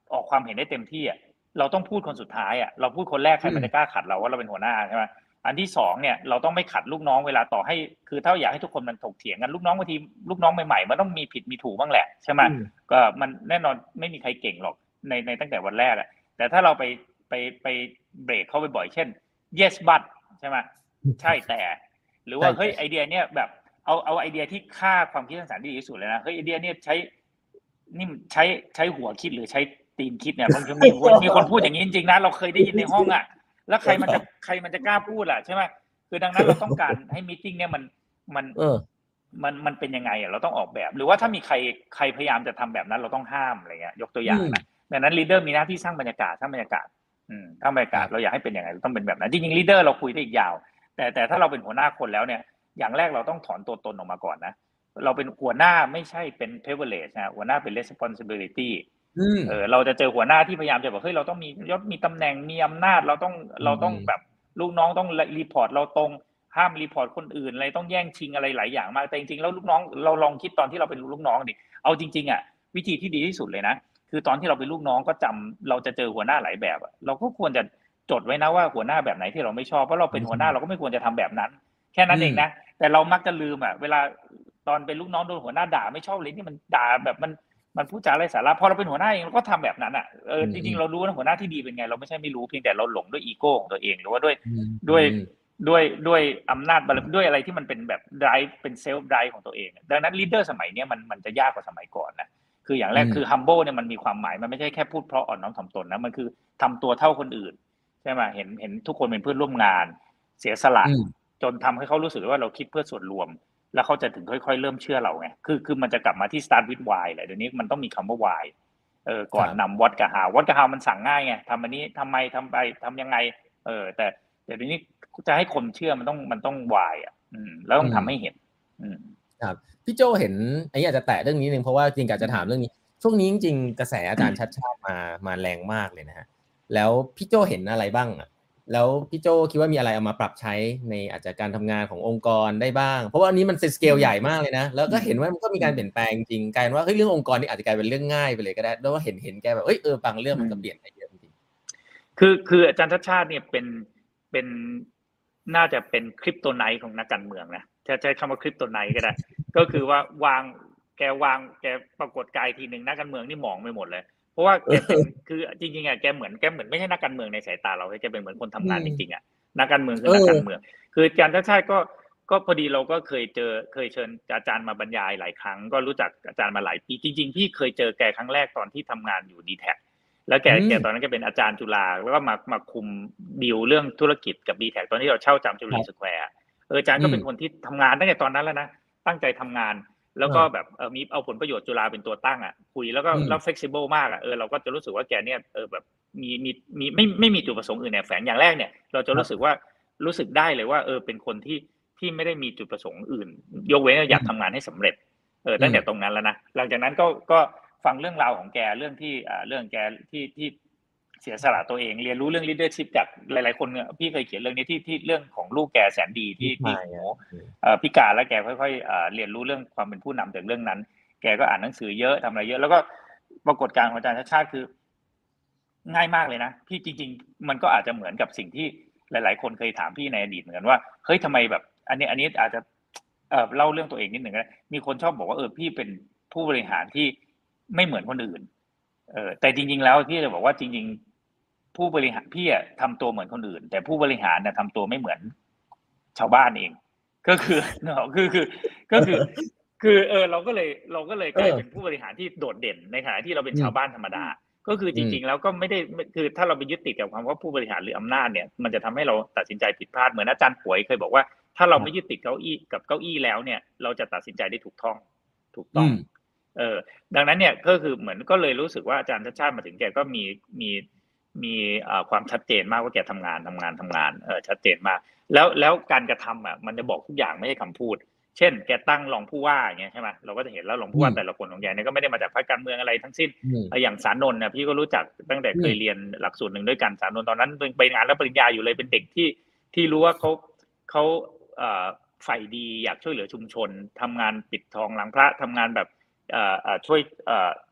ออกความเห็นได้เต็มที่อ่ะเราต้องพูดคนสุดท้ายอ่ะเราพูดคนแรกใครมันจะกล้าขัดเราว่าเราเป็นหัวหน้าใช่ไหมอันที่สองเนี่ยเราต้องไม่ขัดลูกน้องเวลาต่อให้คือถ้าอยากให้ทุกคนมันถกเถียงกันลูกน้องบางทีลูกน้องใหม่ๆมันต้องมีผิดมีถูกบ้างแหละใช่ไหมก็มันแน่นอนไม่มีใครเก่งหรอกในตั้งแต่วันแรกอ่ะแต่ถ้าเราไปเบรกเขาบ่อยๆเช่น yes but ใช่ไหมใช่แต่หรือว่าเฮ้ยไอเดียเนี่ยแบบเอาไอเดียที่ค่าความคิดสร้างสรรค์ดีที่สุดเลยนะเฮ้ยไอเดียเนี่ยใช้หัวคิดหรือใช้ตีนคิดเนี่ยบางทีมีคนพูดอย่างนี้จริงๆนะเราเคยได้ยินในห้องอ่ะแล้วใครมันจะกล้าพูดล่ะใช่ไหมคือดังนั้นเราต้องการให้มีตติ้งเนี่ยมันเป็นยังไงอ่ะเราต้องออกแบบหรือว่าถ้ามีใครพยายามจะทำแบบนั้นเราต้องห้ามอะไรเงี้ยยกตัวอย่างนะดังนั้นลีดเดอร์มีหน้าที่สร้างบรรยากาศถ้าบรรยากาศเราอยากให้เป็นยังไงเราต้องเป็นแบบนั้นจริงๆลีดเดอร์เราคุยได้อีกยาวแต่ถ้าเราเป็นหัวหน้าคนแล้วเนี่ยอย่างแรกเราต้องถอนตัวตนออกมาก่อนนะเราเป็นหัวหน้าไม่ใช่เป็น privilege นะหัวหน้าเป็น responsibility เราจะเจอหัวหน้าที่พยายามจะบอกเฮ้ยเราต้องมียศมีตำแหน่งมีอำนาจเราต้องแบบลูกน้องต้องรีพอร์ตเราตรงห้ามรีพอร์ตคนอื่นอะไรต้องแย่งชิงอะไรหลายอย่างมากแต่จริงๆแล้วลูกน้องเราลองคิดตอนที่เราเป็นลูกน้องดิเอาจริงๆอ่ะวิธีที่ดีที่สุดเลยนะคือตอนที่เราเป็นลูกน้องก็จำเราจะเจอหัวหน้าหลายแบบเราก็ควรจะจดไว้นะว่าหัวหน้าแบบไหนที่เราไม่ชอบเพราะเราเป็นหัวหน้าเราก็ไม่ควรจะทำแบบนั้นแค่นั้นเองนะแต่เรามักจะลืมเวลาตอนเป็นลูกน้องโดนหัวหน้าด่าไม่ชอบเลยที่มันด่าแบบมันพูดจาไร้สาระพอเราเป็นหัวหน้าเองเราก็ทำแบบนั้นจริงๆเรารู้ว่าหัวหน้าที่ดีเป็นไงเราไม่ใช่ไม่รู้เพียงแต่เราหลงด้วยอีโก้ของตัวเองหรือว่าด้วยอำนาจด้วยอะไรที่มันเป็นแบบ drive เป็น self drive ของตัวเองดังนั้น leader สมัยนี้มันจะยากกว่าสมัยก่อนนะคืออย่างแรกคือ humble เนี่ยมันมีความหมายมันไม่ใช่แค่พูดเพราะอ่อนน้อมถ่อมตนนะมันคือทำตัวเท่าคนอื่นใช่ไหมเห็นทุกคนเป็นเพื่อนร่วมงานเสียสละจนทำให้เขารู้สึกว่าเราคิดเพื่อส่วนรวมแล้วเขาจะถึงค่อยๆเริ่มเชื่อเราไงคือมันจะกลับมาที่ start with why แหละเดี๋ยวนี้มันต้องมีคำว่า why ก่อนนำ what กับ how มันสั่งง่ายไงทำอันนี้ทำไมทำไปทำยังไงแต่เดี๋ยวนี้จะให้คนเชื่อมันต้อง why แล้วต้องทำให้เห็นครับพี่โจเห็นอันนี้อาจจะแตะเรื่องนี้นึงเพราะว่าจริงๆจะถามเรื่องนี้ช่วงนี้จริงๆกระแสอาจารย์ชัดชาติมาแรงมากเลยนะฮะแล้วพี่โจเห็นอะไรบ้างแล้วพี่โจคิดว่ามีอะไรเอามาปรับใช้ในอาจจะการทำงานขององค์กรได้บ้างเพราะว่าอันนี้มันสเกลใหญ่มากเลยนะแล้วก็เห็นว่ามันก็มีการเปลี่ยนแปลงจริงกลายว่าเฮ้ยเรื่ององค์กรนี่อาจจะกลายเป็นเรื่องง่ายไปเลยก็ได้แล้วว่าเห็นแกแบบบางเรื่องมันก็เปลี่ยนไปเยอะจริงคืออาจารย์ชัดชาติเนี่ยเป็นน่าจะเป็นคริปโตไนท์ของนักการเมืองนะจะใช้คำว่าคริปโตไนท์ก็ได้ก็คือว่แกปรากฏกายทีนึงนักการเมืองนี่มองไปหมดเลยเพราะว่าแกเป็นคือจริงๆแกเหมือนไม่ใช่นักการเมืองในสายตาเราแกเป็นเหมือนคนทำงานจริงๆนักการเมืองคือนักการเมืองคืออาจารย์ชัดชาติก็พอดีเราก็เคยเชิญอาจารย์มาบรรยายหลายครั้งก็รู้จักอาจารย์มาหลายปีจริงๆพี่เคยเจอแกครั้งแรกตอนที่ทำงานอยู่ D-Tech แล้วแกตอนนั้นแกเป็นอาจารย์จุฬาแล้วก็มาคุมดีลเรื่องธุรกิจกับ D-Tech ตอนที่เราเช่าจามจุรีสแควร์อาจารย์ก็เป็นคนที่ทำงานตั้งแต่ตอนนั้นแล้วนะตั้งใจทำงานแล้วก็แบบมีเอาผลประโยชน์จุฬาเป็นตัวตั้งคุยแล้วก็ flexible มากเราก็จะรู้สึกว่าแกเนี่ยแบบมีไม่มีจุดประสงค์อื่นแอบแฝงอย่างแรกเนี่ยเราจะรู้สึกได้เลยว่าเป็นคนที่ไม่ได้มีจุดประสงค์อื่นยกเว้นอยากทำงานให้สำเร็จตั้งแต่ตรงนั้นแล้วนะหลังจากนั้นก็ฟังเรื่องราวของแกเรื่องแกที่เสียสละตัวเองเรียนรู้เรื่อง leadership จากหลายๆคนเนี่ยพี่เคยเขียนเรื่องนี้ที่เรื่องของลูกแกแสนดีที่พิการแล้วแกค่อยๆเรียนรู้เรื่องความเป็นผู้นำจากเรื่องนั้นแกก็อ่านหนังสือเยอะทำอะไรเยอะแล้วก็ปรากฏการณ์ของอาจารย์ชาติคือง่ายมากเลยนะพี่จริงๆมันก็อาจจะเหมือนกับสิ่งที่หลายๆคนเคยถามพี่ในอดีตเหมือนกันว่าเฮ้ยทำไมแบบอันนี้อาจจะเล่าเรื่องตัวเองนิดหนึ่งนะมีคนชอบบอกว่าพี่เป็นผู้บริหารที่ไม่เหมือนคนอื่นแต่จริงๆแล้วพี่จะบอกว่าจริงๆผู้บริหารพี่ทำตัวเหมือนคนอื่นแต่ผู้บริหารทำตัวไม่เหมือนชาวบ้านเองก็คือเราก็เลยกลายเป็นผู้บริหารที่โดดเด่นในขณะที่เราเป็นชาวบ้านธรรมดาก็คือจริงๆแล้วก็ไม่ได้คือถ้าเราไปยึดติดกับความว่าผู้บริหารหรืออำนาจเนี่ยมันจะทำให้เราตัดสินใจผิดพลาดเหมือนอาจารย์ป่วยเคยบอกว่าถ้าเราไม่ยึดติดเก้าอี้แล้วเนี่ยเราจะตัดสินใจได้ถูกต้องดังนั้นเนี่ยก็คือเหมือนก็เลยรู้สึกว่าอาจารย์ชัดชาติมาถึงแกก็มีความชัดเจนมากว่าแกทำงานชัดเจนมากแล้วการกระทำมันจะบอกทุกอย่างไม่ใช่คำพูดเช่นแกตั้งรองผู้ว่าอย่างเงี้ยใช่ไหมเราก็จะเห็นแล้วรองผู้ว่าแต่ละคนของแกเนี่ยก็ไม่ได้มาจากพรรคการเมืองอะไรทั้งสิ้นอย่างสานนท์นะพี่ก็รู้จักตั้งแต่เคยเรียนหลักสูตรหนึ่งด้วยกันสานนท์ตอนนั้นไปงานรับปริญญาอยู่เลยเป็นเด็กที่รู้ว่าเขาใฝ่ดีอยากช่วยเหลือชุมชนทำงานปิดทองหลังพระทำงานแบบช่วย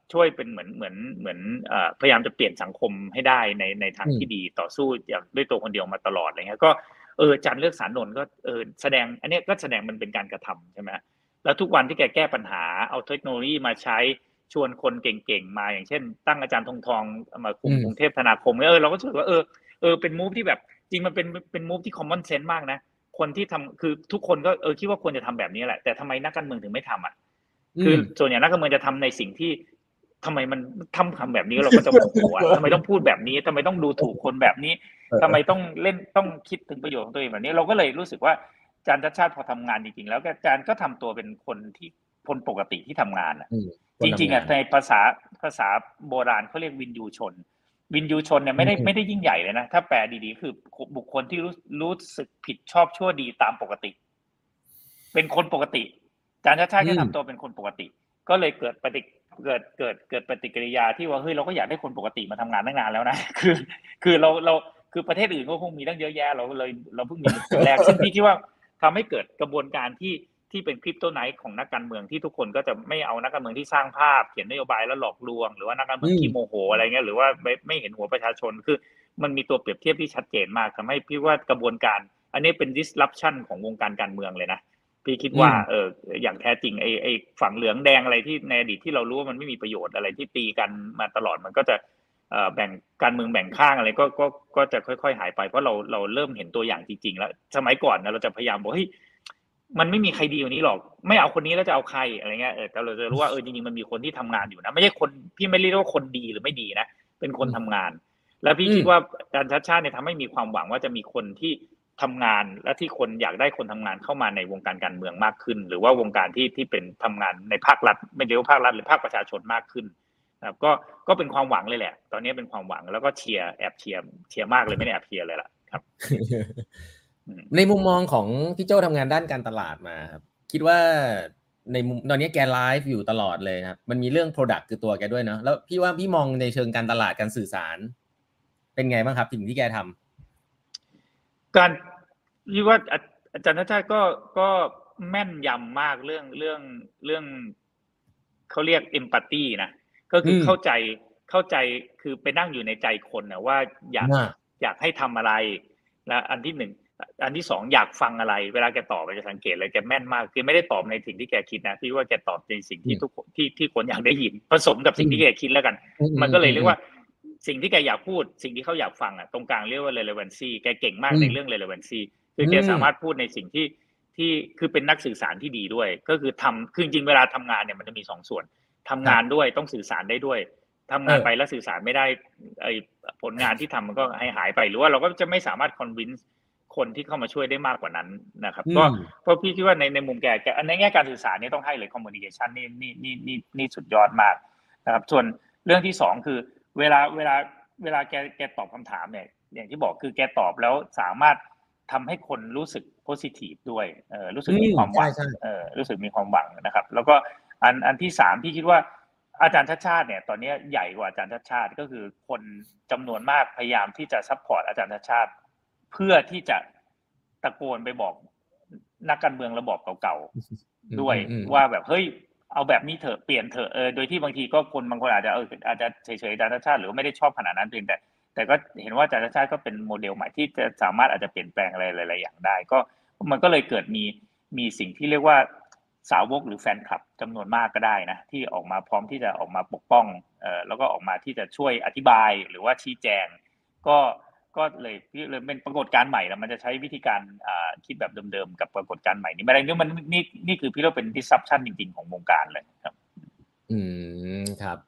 ช่วยเป็นเหมือนพยายามจะเปลี่ยนสังคมให้ได้ในทางที่ดีต่อสู้อย่างด้วยตัวคนเดียวมาตลอดอะไรเงี้ยก็อาจารย์เลือกสารนนท์ก็แสดงอันนี้ก็แสดงมันเป็นการกระทำใช่ไหมแล้วทุกวันที่แกแก้ปัญหาเอาเทคโนโลยีมาใช้ชวนคนเก่งๆมาอย่างเช่นตั้งอาจารย์ทองมาคุมกรุงเทพธนาคมเราก็รู้สึกว่าเป็นมูฟที่แบบจริงมันเป็นมูฟที่ common sense มากนะคนที่ทำคือทุกคนก็คิดว่าควรจะทำแบบนี้แหละแต่ทำไมนักการเมืองถึงไม่ทำอ่ะคือส่วนใหญ่นักการเมืองจะทำในสิ่งที่ทำไมมันทำแบบนี้เราก็จะโมโหอ่ะทำไมต้องพูดแบบนี้ทำไมต้องดูถูกคนแบบนี้ทำไมต้องเล่นต้องคิดถึงประโยชน์ของตัวเองแบบนี้เราก็เลยรู้สึกว่าอาจารย์ชัดชาติพอทำงานจริงๆแล้วอาจารย์ก็ทำตัวเป็นคนที่คนปกติที่ทำงานอ่ะจริงๆอ่ะในภาษาโบราณเขาเรียกวินยูชนวินยูชนเนี่ยไม่ได้ยิ่งใหญ่เลยนะถ้าแปลดีๆคือบุคคลที่รู้สึกผิดชอบชั่วดีตามปกติเป็นคนปกติอาจารย์ชัดชาติก็ทำตัวเป็นคนปกติก็เลยเกิดปฏิกิริยาที่ว่าเฮ้ยเราก็อยากได้คนปกติมาทำงานตั้งนานแล้วนะคือเราคือประเทศอื่นก็คงมีตั้งเยอะแยะเราเพิ่งมีคนแรกซึ่งพี่คิดว่าทำให้เกิดกระบวนการที่เป็นคริปโตไนท์ของนักการเมืองที่ทุกคนก็จะไม่เอานักการเมืองที่สร้างภาพเขียนนโยบายแล้วหลอกลวงหรือว่านักการเมืองที่โมโหอะไรเงี้ยหรือว่าไม่เห็นหัวประชาชนคือมันมีตัวเปรียบเทียบที่ชัดเจนมากทำให้พี่ว่ากระบวนการอันนี้เป็น disruption ของวงการการเมืองเลยนะพี่คิดว่าอย่างแท้จริงไอ้ฝั่งเหลืองแดงอะไรที่ในอดีตที่เรารู้ว่ามันไม่มีประโยชน์อะไรที่ตีกันมาตลอดมันก็จะแบ่งการเมืองแบ่งข้างอะไรก็จะค่อยๆหายไปเพราะเราเริ่มเห็นตัวอย่างจริงๆแล้วสมัยก่อนนะเราจะพยายามบอกเฮ้ยมันไม่มีใครดีกว่านี้หรอกไม่เอาคนนี้แล้วจะเอาใครอะไรเงี้ยแต่เราจะรู้ว่าจริงๆมันมีคนที่ทำงานอยู่นะไม่ใช่คนพี่ไม่เรียกว่าคนดีหรือไม่ดีนะเป็นคนทำงานแล้วพี่คิดว่าการชัดชาติเนี่ยทำให้มีความหวังว่าจะมีคนที่ทำงานและที่คนอยากได้คนทำงานเข้ามาในวงการการเมืองมากขึ้นหรือว่าวงการที่เป็นทำงานในภาครัฐไม่เรียกว่าภาครัฐหรือภาคประชาชนมากขึ้นนะครับก็เป็นความหวังเลยแหละตอนนี้เป็นความหวังแล้วก็แอบเชียร์มากเลยไม่ได้แอบเชียร์เลยล่ะครับในมุมมองของพี่โจ้ทำงานด้านการตลาดมาครับคิดว่าในมุมตอนนี้แกไลฟ์อยู่ตลอดเลยครับมันมีเรื่อง product คือตัวแกด้วยเนาะแล้วพี่ว่าพี่มองในเชิงการตลาดการสื่อสารเป็นไงบ้างครับสิ่งที่แกทำการที่ว่าอาจารย์ชาติก็แม่นยำมากเรื่องเขาเรียก empathy นะก็คือเข้าใจคือไปนั่งอยู่ในใจคนนะว่าอยากให้ทำอะไรและอันที่หนึ่งอันที่สองอยากฟังอะไรเวลาแกตอบจะสังเกตเลยแกแม่นมากคือไม่ได้ตอบในสิ่งที่แกคิดนะพี่ว่าแกตอบในสิ่งที่ทุกที่คนอยากได้ยินผสมกับสิ่งที่แกคิดแล้วกันมันก็เลยเรียกว่าสิ่งที่แกอยากพูดสิ่งที่เขาอยากฟังอ่ะตรงกลางเรียกว่า relevancy แกเก่งมากในเรื่อง relevancy คือแกสามารถพูดในสิ่งที่คือเป็นนักสื่อสารที่ดีด้วยก็คือคือจริงเวลาทำงานเนี่ยมันจะมีสองส่วนทำงานด้วยต้องสื่อสารได้ด้วยทำงานไปแล้วสื่อสารไม่ได้ผลงานที่ทำมันก็หายไปหรือว่าเราก็จะไม่สามารถ convince คนที่เข้ามาช่วยได้มากกว่านั้นนะครับก็เพราะพี่คิดว่าในมุมแกในแง่การสื่อสารนี่ต้องให้เลย communication นี่สุดยอดมากนะครับส่วนเรื่องที่สองคือเวลาแกตอบคำถามเนี่ยอย่างที่บอกคือแกตอบแล้วสามารถทำให้คนรู้สึก positive ด้วยรู้สึกมีความหวังรู้สึกมีความหวังนะครับแล้วก็อันที่สามที่คิดว่าอาจารย์ชาติชาติเนี่ยตอนนี้ใหญ่กว่าอาจารย์ชาติชาติก็คือคนจำนวนมากพยายามที่จะซัพพอร์ตอาจารย์ชาติชาติเพื่อที่จะตะโกนไปบอกนักการเมืองระบอบเก่าๆด้วยว่าแบบเฮ้ยเอาแบบนี้เถอะเปลี่ยนเถอะโดยที่บางทีก็คนบางคนอาจจะเฉยๆอาจารย์ชาติชาติหรือไม่ได้ชอบขนาดนั้นเพียงแต่ก็เห็นว่าอาจารย์ชาติชาติก็เป็นโมเดลใหม่ที่จะสามารถอาจจะเปลี่ยนแปลงอะไรหลายๆอย่างได้ก็มันก็เลยเกิดมีสิ่งที่เรียกว่าสาวกหรือแฟนคลับจำนวนมากก็ได้นะที่ออกมาพร้อมที่จะออกมาปกป้องแล้วก็ออกมาที่จะช่วยอธิบายหรือว่าชี้แจงก็เลยเป็นปรากฏการณ์ใหม่แล้วมันจะใช้วิธีการคิดแบบเดิมๆกับปรากฏการณ์ใหม่นี้ไม่ได้นี่คือพี่เราเป็น disruption จริงๆของวงการเลยครับครับ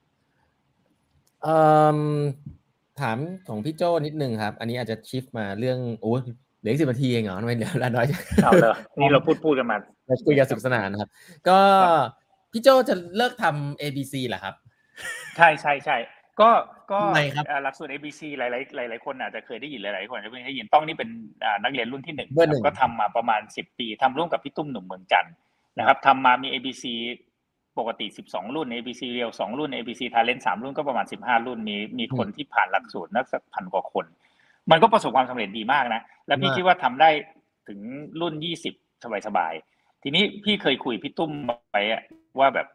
ถามของพี่โจ้นิดนึงครับอันนี้อาจจะชิฟมาเรื่องโอ้เหลือ10 นาทีเองเหรอทำไมเหลือน้อยเอาเลยนี่เราพูดกันมาคุยกันสนุกสนานนะครับก็พี่โจ้จะเลิกทำ ABC เหรอครับใช่ก็หลักสูตร ABC หลายคนอาจจะเคยได้ยินหลายๆคนอาจจะไม่ได้ยินต้องนี่เป็นนักเรียนรุ่นที่1ก็ทำมาประมาณ10 ปีทำร่วมกับพี่ตุ้มหนุ่มเมืองจันทร์นะครับทำมามี ABC ปกติ12รุ่น ABC Real 2รุ่น ABC Talent 3รุ่นก็ประมาณ15รุ่นมีคนที่ผ่านหลักสูตรนักสักพันกว่าคนมันก็ประสบความสำเร็จดีมากนะแล้วพี่คิดว่าทำได้ถึงรุ่น20สบายๆทีนี้พี่เคยคุยพี่ตุ้มไปว่าแบบ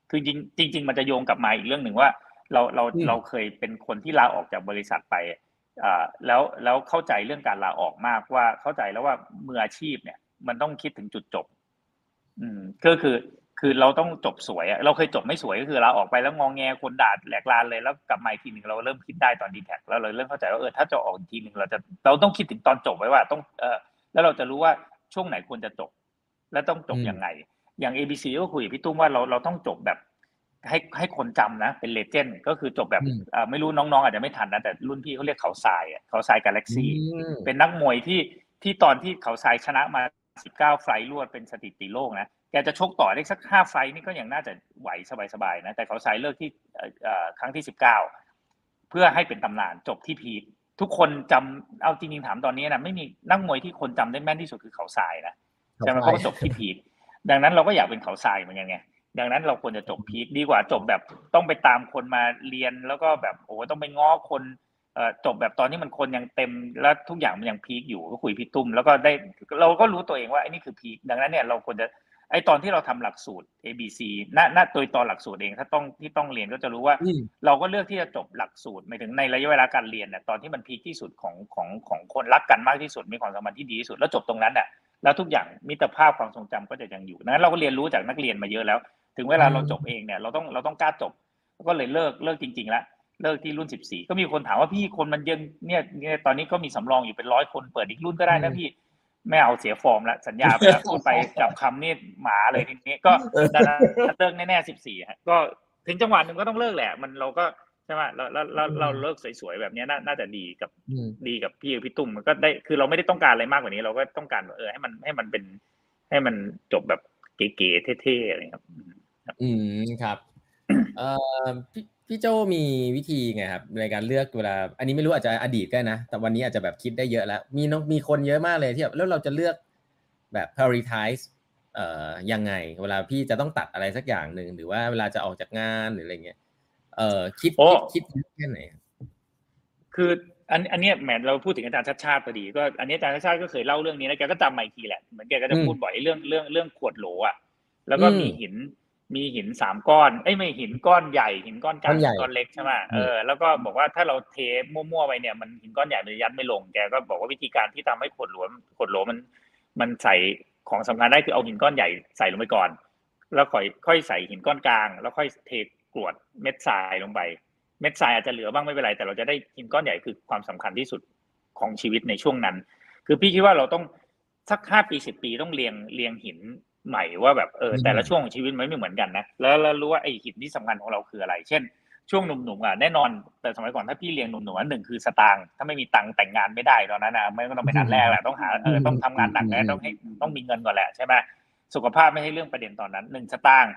คือจริงมันจะโยงกลับมาอีกเรื่องหนึ่งว่าเราเคยเป็นคนที่ลาออกจากบริษัทไปแล้วเข้าใจเรื่องการลาออกมากว่าเข้าใจแล้วว่ามืออาชีพเนี่ยมันต้องคิดถึงจุดจบก็คือเราต้องจบสวยเราเคยจบไม่สวยก็คือลาออกไปแล้วงอแงคนด่าแหลกลานเลยแล้วกลับมาอีกทีนึงเราเริ่มคิดได้ตอนดีแท็กแล้วเราเริ่มเข้าใจว่าถ้าจะออกอีกทีนึงเราต้องคิดถึงตอนจบไว้ว่าต้องแล้วเราจะรู้ว่าช่วงไหนควรจะจบและต้องจบยังไงอย่าง ABC ก็คุยกับพี่ตุ้มว่าเราต้องจบแบบให้คนจำนะเป็นเลเจนด์ก็คือจบแบบไม่รู้น้องๆอาจจะไม่ทันนะแต่รุ่นพี่เขาเรียกเขาทรายกาแล็กซี่เป็นนักมวยที่ตอนที่เขาทรายชนะมา19ไฟล์รวดเป็นสถิติโลกนะแกจะชกต่อได้สัก5ไฟล์นี่ก็ยังน่าจะไหวสบายๆนะแต่เขาทรายเลิกที่ครั้งที่19เพื่อให้เป็นตำนานจบที่พีคทุกคนจำเอาจริงๆถามตอนนี้นะไม่มีนักมวยที่คนจำได้แม่นที่สุดคือเขาทรายนะใช่ไหมเพราะว่าจบที่พีคดังนั้นเราก็อยากเป็นเขาทรายเหมือนกันไงดังนั้นเราควรจะจบพีคดีกว่าจบแบบต้องไปตามคนมาเรียนแล้วก็แบบโอ้ต้องไปง้อคนจบแบบตอนนี้มันคนยังเต็มแล้วทุกอย่างมันยังพีคอยู่ก็คุยพี่ตุ้มแล้วก็ได้เราก็รู้ตัวเองว่าไอ้นี่คือพีคดังนั้นเนี่ยเราควรจะไอ้ตอนที่เราทำหลักสูตร ABC โดยตอนหลักสูตรเองถ้าต้องเรียนก็จะรู้ว่าเราก็เลือกที่จะจบหลักสูตรหมายถึงในระยะเวลาการเรียนเนี่ยตอนที่มันพีคที่สุดของคนรักกันมากที่สุดมีความสัมพันธ์ที่ดีที่สุดแล้วจบตรงนั้นน่ะแล้วทุกอย่างมิตรภาพความทรงจำก็จะยังอยู่ดังนั้นเราก็เรียนรู้จากนักเรียนมาเยอะแล้วถึงเวลาเราจบเองเนี่ยเราต้องกล้าจบก็เลยเลิกจริงๆแล้วเลิกที่รุ่น14ก็มีคนถามว่าพี่คนมันยังเนี่ยตอนนี้ก็มีสำรองอยู่เป็น100คนเปิดอีกรุ่นก็ได้นะพี่ไม่เอาเสียฟอร์มแล้วสัญญาไปแล้วพูดไปจับคำนี่หมาเลยทีนี้ก็ดังนั้นเลิกแน่ๆ14ฮะก็ถึงจังหวะนึงก็ต้องเลิกแหละมันเราก็ใช่ไหมเราเลิกสวยๆแบบนี้น่าจะดีกับพี่ตุ้มมันก็ได้คือเราไม่ได้ต้องการอะไรมากกว่านี้เราก็ต้องการให้มันเป็นให้มันจบแบบเก๋ๆเท่ๆอะไรครับครับพี่โจมีวิธีไงครับในการเลือกเวลาอันนี้ไม่รู้อาจจะอดีตก็นะแต่วันนี้อาจจะแบบคิดได้เยอะแล้วมีคนเยอะมากเลยที่แบบแล้วเราจะเลือกแบบ prioritize ยังไงเวลาพี่จะต้องตัดอะไรสักอย่างหนึ่งหรือว่าเวลาจะออกจากงานหรืออะไรเงี้ยคิดแค่ไหนคืออันนี้แหมเราพูดถึงอาจารย์ชาติพอดีก็อันนี้อาจารย์ชาติก็เคยเล่าเรื่องนี้นะแกก็จำมาอีกทีแหละเหมือนแกก็จะพูดบ่อยเรื่องขวดโหลอ่ะแล้วก็มีหิน3ก้อนไม่หินก้อนใหญ่หินก้อนกลางหินก้อนเล็กใช่ไหมแล้วก็บอกว่าถ้าเราเทมั่วๆไปเนี่ยมันหินก้อนใหญ่มันยัดไม่ลงแกก็บอกว่าวิธีการที่ทำให้ขวดโหลมันใส่ของสำคัญได้คือเอาหินก้อนใหญ่ใส่ลงไปก่อนแล้วค่อยใส่หินก้อนกลางแล้วค่อยเทกรวดเม็ดทรายลงไปเม็ดทรายอาจจะเหลือบ้างไม่เป็นไรแต่เราจะได้หินก้อนใหญ่คือความสำคัญที่สุดของชีวิตในช่วงนั้นคือพี่คิดว่าเราต้องสัก5 ปี10 ปีต้องเรียงหินใหม่ว่าแบบแต่ละช่วงของชีวิตมันไม่เหมือนกันนะแล้วรู้ว่าไอ้หินที่สำคัญของเราคืออะไรเช่นช่วงหนุ่มๆอ่ะแน่นอนแต่สมัยก่อนถ้าพี่เรียงหนุ่มๆ1คือสตางค์ถ้าไม่มีตังค์แต่งงานไม่ได้ตอนนั้นนะไม่ต้องเป็นอันแรกแหละต้องหาต้องทำงานหนักนะต้องมีเงินก่อนแหละใช่ไหมสุขภาพไม่ใช่เรื่องประเด็นตอนนั้น1สตางค์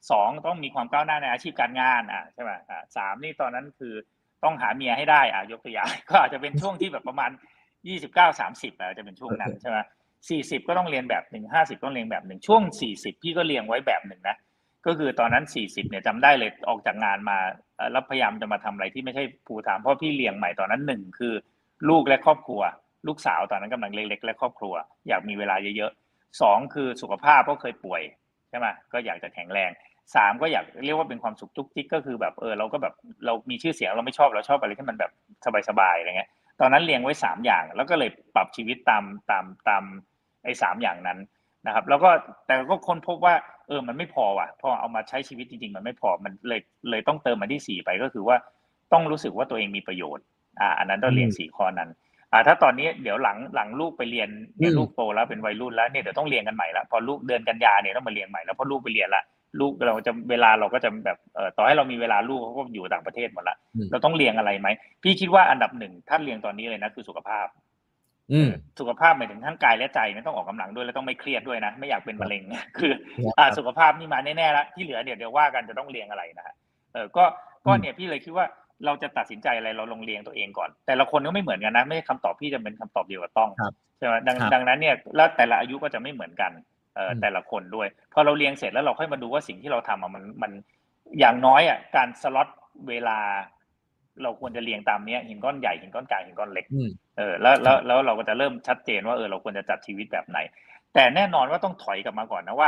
2ต้องมีความก้าวหน้าในอาชีพการงานใช่ไหม3นี่ตอนนั้นคือต้องหาเมียให้ได้ยกตัวอย่างก็อาจจะเป็นช่วงที่แบบประมาณ29-30จะเป็นช่วงนั้นใช่ไหม40ก็ต้องเรียนแบบ1 50ต้องเรียนแบบ1ช่วง40พี่ก็เรียงไว้แบบ1นะก็คือตอนนั้น40เนี่ยจำได้เลยออกจากงานมาแล้วพยายามจะมาทำอะไรที่ไม่ใช่ภูถามเพราะพี่เรียงใหม่ตอนนั้น1คือลูกและครอบครัวลูกสาวตอนนั้นกำลังเล็กๆและครอบครัวอยากมีเวลาเยอะๆ2คือสุขภาพเพราะเคยป่วยใช่ไหมก็อยากจะแข็งแรง3ก็อยากเรียกว่าเป็นความสุขทุกทิกก็คือแบบเราก็แบบเรามีชื่อเสียงเราไม่ชอบเราชอบอะไรที่มันแบบสบายๆอะไรเงี้ยตอนนั้นเรียงไว้3อย่างแล้วก็เลยปรับชีวิตตามไอ้3อย่างนั้นนะครับแล้วก็แต่ก็ค้นพบว่ามันไม่พอว่ะพอเอามาใช้ชีวิตจริงๆมันไม่พอมันเลยต้องเติมมาที่4ไปก็คือว่าต้องรู้สึกว่าตัวเองมีประโยชน์อันนั้นต้องเรียน4ข้อนั้นถ้าตอนนี้เดี๋ยวหลังลูกไปเรียนเนี่ยลูกโตแล้วเป็นวัยรุ่นแล้วเนี่ยเดี๋ยวต้องเรียนกันใหม่ละพอลูกเดือนกันยาเนี่ยต้องมาเรียนใหม่แล้วพอลูกไปเรียนละลูกเราจะเวลาเราก็จะแบบต่อให้เรามีเวลาลูกเขาก็อยู่ต่างประเทศหมดละเราต้องเรียงอะไรไหมพี่คิดว่าอันดับ1ถ้าเรียงตอนนี้เลยนะคือสุขภาพสุขภาพหมายถึงทั้งกายและใจเนี่ยต้องออกกำลังด้วยแล้วต้องไม่เครียดด้วยนะไม่อยากเป็นมะเร็งคือสุขภาพนี่มาแน่ๆแล้วที่เหลือเดี๋ยวว่ากันจะต้องเรียงอะไรนะฮะก็เนี่ยพี่เลยคิดว่าเราจะตัดสินใจอะไรเราลงเรียงตัวเองก่อนแต่ละคนก็ไม่เหมือนกันนะไม่ใช่คำตอบพี่จะเป็นคำตอบเดียวกับต้องใช่ไหมดังนั้นเนี่ยแล้วแต่ละอายุก็จะไม่เหมือนกันแต่ละคนด้วยพอเราเรียงเสร็จแล้วเราค่อยมาดูว่าสิ่งที่เราทำมันอย่างน้อยการสล็อตเวลาเราควรจะเรียงตามนี้หินก้อนใหญ่หินก้อนกลางหินก้อนเล็กแล้วเราก็จะเริ่มชัดเจนว่าเราควรจะจัดชีวิตแบบไหนแต่แน่นอนว่าต้องถอยกลับมาก่อนนะว่า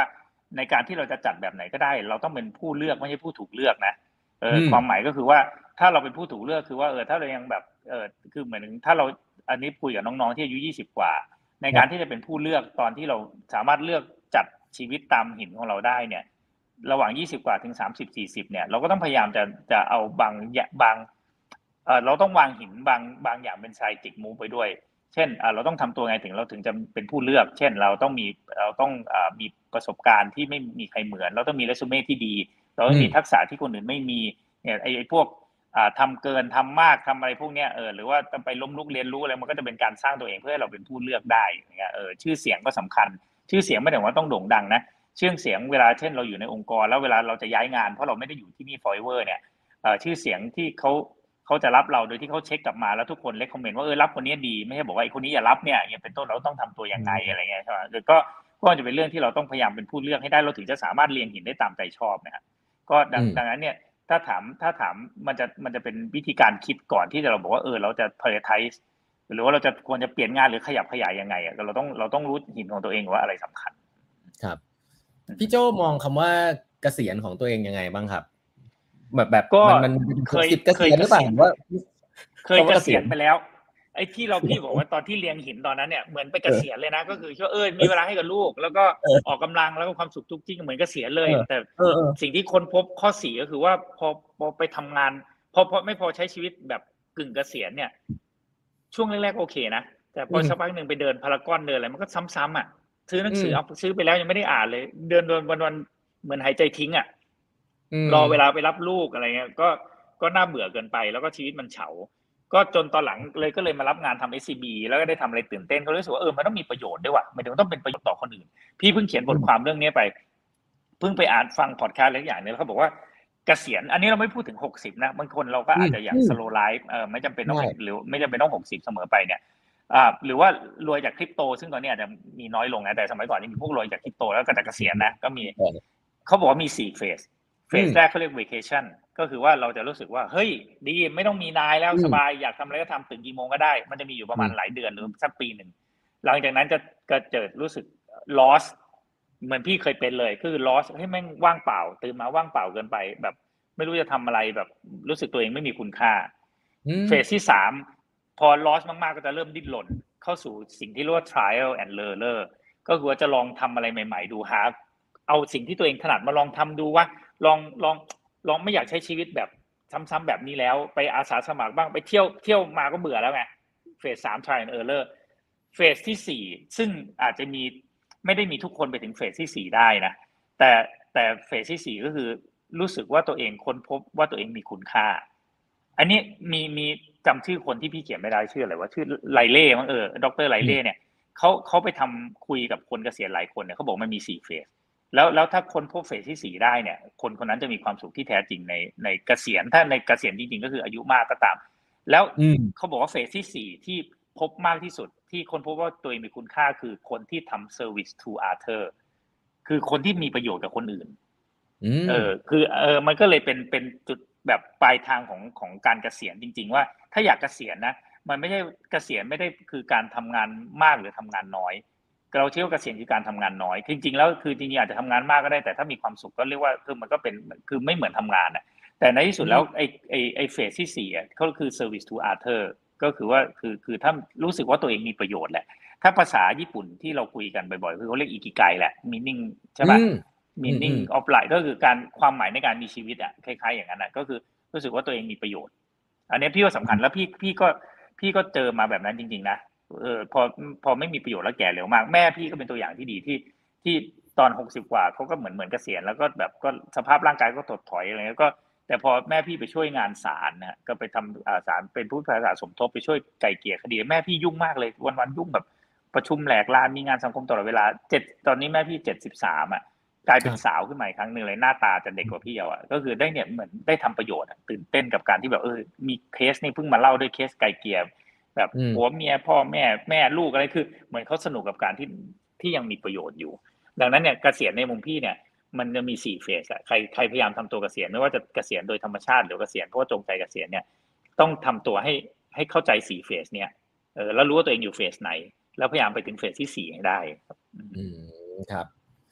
ในการที่เราจะจัดแบบไหนก็ได้เราต้องเป็นผู้เลือกไม่ใช่ผู้ถูกเลือกนะความหมายก็คือว่าถ้าเราเป็นผู้ถูกเลือกคือว่าถ้าเรายังแบบคือเหมือนถ้าเราอันนี้คุยกับน้องๆที่อายุ20กว่าในการที่จะเป็นผู้เลือกตอนที่เราสามารถเลือกจัดชีวิตตามหินของเราได้เนี่ยระหว่าง20กว่าถึง30 40เนี่ยเราก็ต้องพยายามจะเอาบางเราต้องวางหินบางอย่างเป็นไซจิกมูฟไปด้วยเช่นเราต้องทำตัวไงเราถึงจะเป็นผู้เลือกเช่นเราต้องมีประสบการณ์ที่ไม่มีใครเหมือนเราต้องมีเรซูเม่ที่ดีเราต้องมีทักษะที่คนอื่นไม่มีเนี่ยไอ้พวกทำเกินทำมากทำอะไรพวกเนี้ยหรือว่าไปล้มลุกเรียนรู้อะไรมันก็จะเป็นการสร้างตัวเองเพื่อให้เราเป็นผู้เลือกได้อย่างเงี้ยชื่อเสียงก็สำคัญชื่อเสียงไม่ได้ว่าต้องโด่งดังนะชื่อเสียงเวลาเช่นเราอยู่ในองค์กรแล้วเวลาเราจะย้ายงานเพราะเราไม่ได้อยู่ที่นี่ forever เนี่ยชื่อเสียงที่เขาจะรับเราโดยที่เขาเช็คกลับมาแล้วทุกคนเรคคอมเมนต์ว่ารับคนนี้ดีไม่ใช่บอกว่าไอ้คนนี้อย่ารับเนี่ยอย่างเป็นต้นเราต้องทำตัวยังไงอะไรเงี้ยใช่ไหมก็จะเป็นเรื่องที่เราต้องพยายามเป็นผู้เลือกให้ได้เราถึงจะสามารถเรียงหินได้ตามใจชอบนะครับก็ดังนั้นเนี่ยถ้าถามมันจะเป็นวิธีการคิดก่อนที่เราบอกว่าเราจะ prioritize หรือว่าเราจะควรจะเปลี่ยนงานหรือขยับขยายยังไงเราต้องรู้หินของตัวเองว่าอะไรสำคัญครับพี่โจมองคำว่าเกษียณของตัวเองยังไงบ้างครับแบบมันเคยเกษียณหรือเปล่าว่าเคยเกษียณไปแล้วไอ้ที่พี่บอกว่าตอนที่เรียงหินตอนนั้นเนี่ยเหมือนไปเกษียณเลยนะก็คือว่ามีเวลาให้กับลูกแล้วก็ออกกำลังแล้วก็ความสุขทุกที่เหมือนเกษียณเลยแต่สิ่งที่คนพบข้อเสียก็คือว่าพอไปทำงานพอไม่พอใช้ชีวิตแบบกึ่งเกษียณเนี่ยช่วงแรกๆโอเคนะแต่พอสักพักนึงไปเดินพารากอนเดินอะไรมันก็ซ้ำๆอ่ะซื้อหนังสือเอาซื้อไปแล้วยังไม่ได้อ่านเลยเดินวันเหมือนหายใจทิ้งอ่ะรอเวลาไปรับลูกอะไรเงี้ยก็น่าเบื่อเกินไปแล้วก็ชีวิตมันเฉาก็จนตอนหลังก็เลยมารับงานทำ SCB แล้วก็ได้ทำอะไรตื่นเต้นก็รู้สึกว่ามันต้องมีประโยชน์ด้วยว่ะมันต้องเป็นประโยชน์ต่อคนอื่นพี่เพิ่งเขียนบทความเรื่องนี้ไปเพิ่งไปอ่านฟังพอดคาสต์อะไรอย่างนึงแล้วเขาบอกว่าเกษียณอันนี้เราไม่พูดถึง60นะบางคนเราก็อาจจะอยาก slow life ไม่จำเป็นต้องหรือไม่จำเป็นต้อง60เสมอไปเนี่ยหรือว่ารวยจากคริปโตซึ่งตอนนี้อาจจะมีน้อยลงนะแต่สมัยก่อนนี่มีพวกรวยจากคริปโตแล้วก็จะเกษียณนะก็มีเขาบอกว่ามี4 เฟสแรกเขาเรียก vacation ก็คือว่าเราจะรู้สึกว่าเฮ้ยดีไม่ต้องมีนายแล้วสบายอยากทำอะไรก็ทำตื่นกี่โมงก็ได้มันจะมีอยู่ประมาณหลายเดือนหรือสักปีนึงหลังจากนั้นจะเกิดรู้สึก loss เหมือนพี่เคยเป็นเลยคือ loss ให้แม่งว่างเปล่าตื่นมาว่างเปล่าเกินไปแบบไม่รู้จะทำอะไรแบบรู้สึกตัวเองไม่มีคุณค่าเฟสที่3พอ loss มากๆก็จะเริ่มดิ้นรนเข้าสู่สิ่งที่เรียกว่า trial and error ก็คือว่าจะลองทำอะไรใหม่ๆดูหาเอาสิ่งที่ตัวเองถนัดมาลองทำดูว่าลองไม่อยากใช้ชีวิตแบบซ้ำๆแบบนี้แล้วไปอาสาสมัครบ้างไปเที่ยวมาก็เบื่อแล้วไงเฟส3 trial and error เฟสที่4ซึ่งอาจจะไม่ได้มีทุกคนไปถึงเฟสที่4ได้นะแต่เฟสที่4ก็คือรู้สึกว่าตัวเองค้นพบว่าตัวเองมีคุณค่าอันนี้มีจำชื่อคนที่พี่เขียนไม่ได้ชื่ออะไรว่าชื่อไลเล่มั้งดรไลเล่เนี่ยเขาไปทำคุยกับคนเกษียณหลายคนเนี่ยเขาบอกมันมี4 เฟสแล้วถ้าคนพบเฟสที่4ได้เนี่ยคนนั้นจะมีความสุขที่แท้จริงในเกษียณถ้าในเกษียณจริงๆก็คืออายุมากก็ตามแล้วเขาบอกว่าเฟสที่4ที่พบมากที่สุดที่คนพบว่าตัวเองมีคุณค่าคือคนที่ทำ service to other คือคนที่มีประโยชน์กับคนอื่นคือมันก็เลยเป็นจุดแบบปลายทางของการเกษียณจริงๆว่าถ้าอยากเกษียณนะมันไม่ใช่เกษียณไม่ได้คือการทำงานมากหรือทำงานน้อยเราเชื่อว่าเกษียณคือการทำงานน้อยจริงๆแล้วคือจริงๆอาจจะทำงานมากก็ได้แต่ถ้ามีความสุขก็เรียกว่าคือมันก็เป็นคือไม่เหมือนทำงานอ่ะแต่ในที่สุดแล้วไอ้เฟสที่4อ่ะก็คือ service to other ก็คือว่าคือถ้ารู้สึกว่าตัวเองมีประโยชน์แหละถ้าภาษาญี่ปุ่นที่เราคุยกันบ่อยๆคือเขาเรียกอิกิไกแหละ meaning ใช่ป่ะ meaning of life ก็คือการความหมายในการมีชีวิตอ่ะคล้ายๆอย่างนั้นอ่ะก็คือรู้สึกว่าตัวเองมีประโยชน์อันนี้พี่ว่าสำคัญแล้วพี่ก็เจอมาแบบนั้นจริงๆนะพอไม่มีประโยชน์แล้วแก่เร็วมากแม่พี่ก็เป็นตัวอย่างที่ดีที่ตอน60กว่าเขาก็เหมือนเกษียณแล้วก็แบบก็สภาพร่างกายก็ถดถอยอะไรแล้วก็แต่พอแม่พี่ไปช่วยงานศาลนะก็ไปทำศาลเป็นผู้พิพากษาสมทบไปช่วยไกล่เกลี่ยคดีแม่พี่ยุ่งมากเลยวันๆยุ่งแบบประชุมแหลกลานมีงานสังคมตลอดเวลาตอนนี้แม่พี่73อ่ะกลายเป็นสาวขึ้นมาอีกครั้งนึงเลยหน้าตาจะเด็กกว่าพี่อ่ะก็คือได้เนี่ยเหมือนได้ทำประโยชน์ตื่นเต้นกับการที่แบบมีเคสนี่เพิ่งมาเล่าด้วยเคสไกล่เกลี่ยแบบผัวเมียพ่อแม่ลูกอะไรคือเหมือนเขาสนุกกับการที่ยังมีประโยชน์อยู่ดังนั้นเนี่ยเกษียณในมุมพี่เนี่ยมันจะมี4 เฟสอะใครพยายามทำตัวเกษียณไม่ว่าจะเกษียณโดยธรรมชาติหรือเกษียณเพราะว่าจงใจเกษียณเนี่ยต้องทำตัวให้เข้าใจ4 เฟสเนี่ยแล้วรู้ว่าตัวเองอยู่เฟสไหนแล้วพยายามไปถึงเฟสที่4ให้ได้ครับ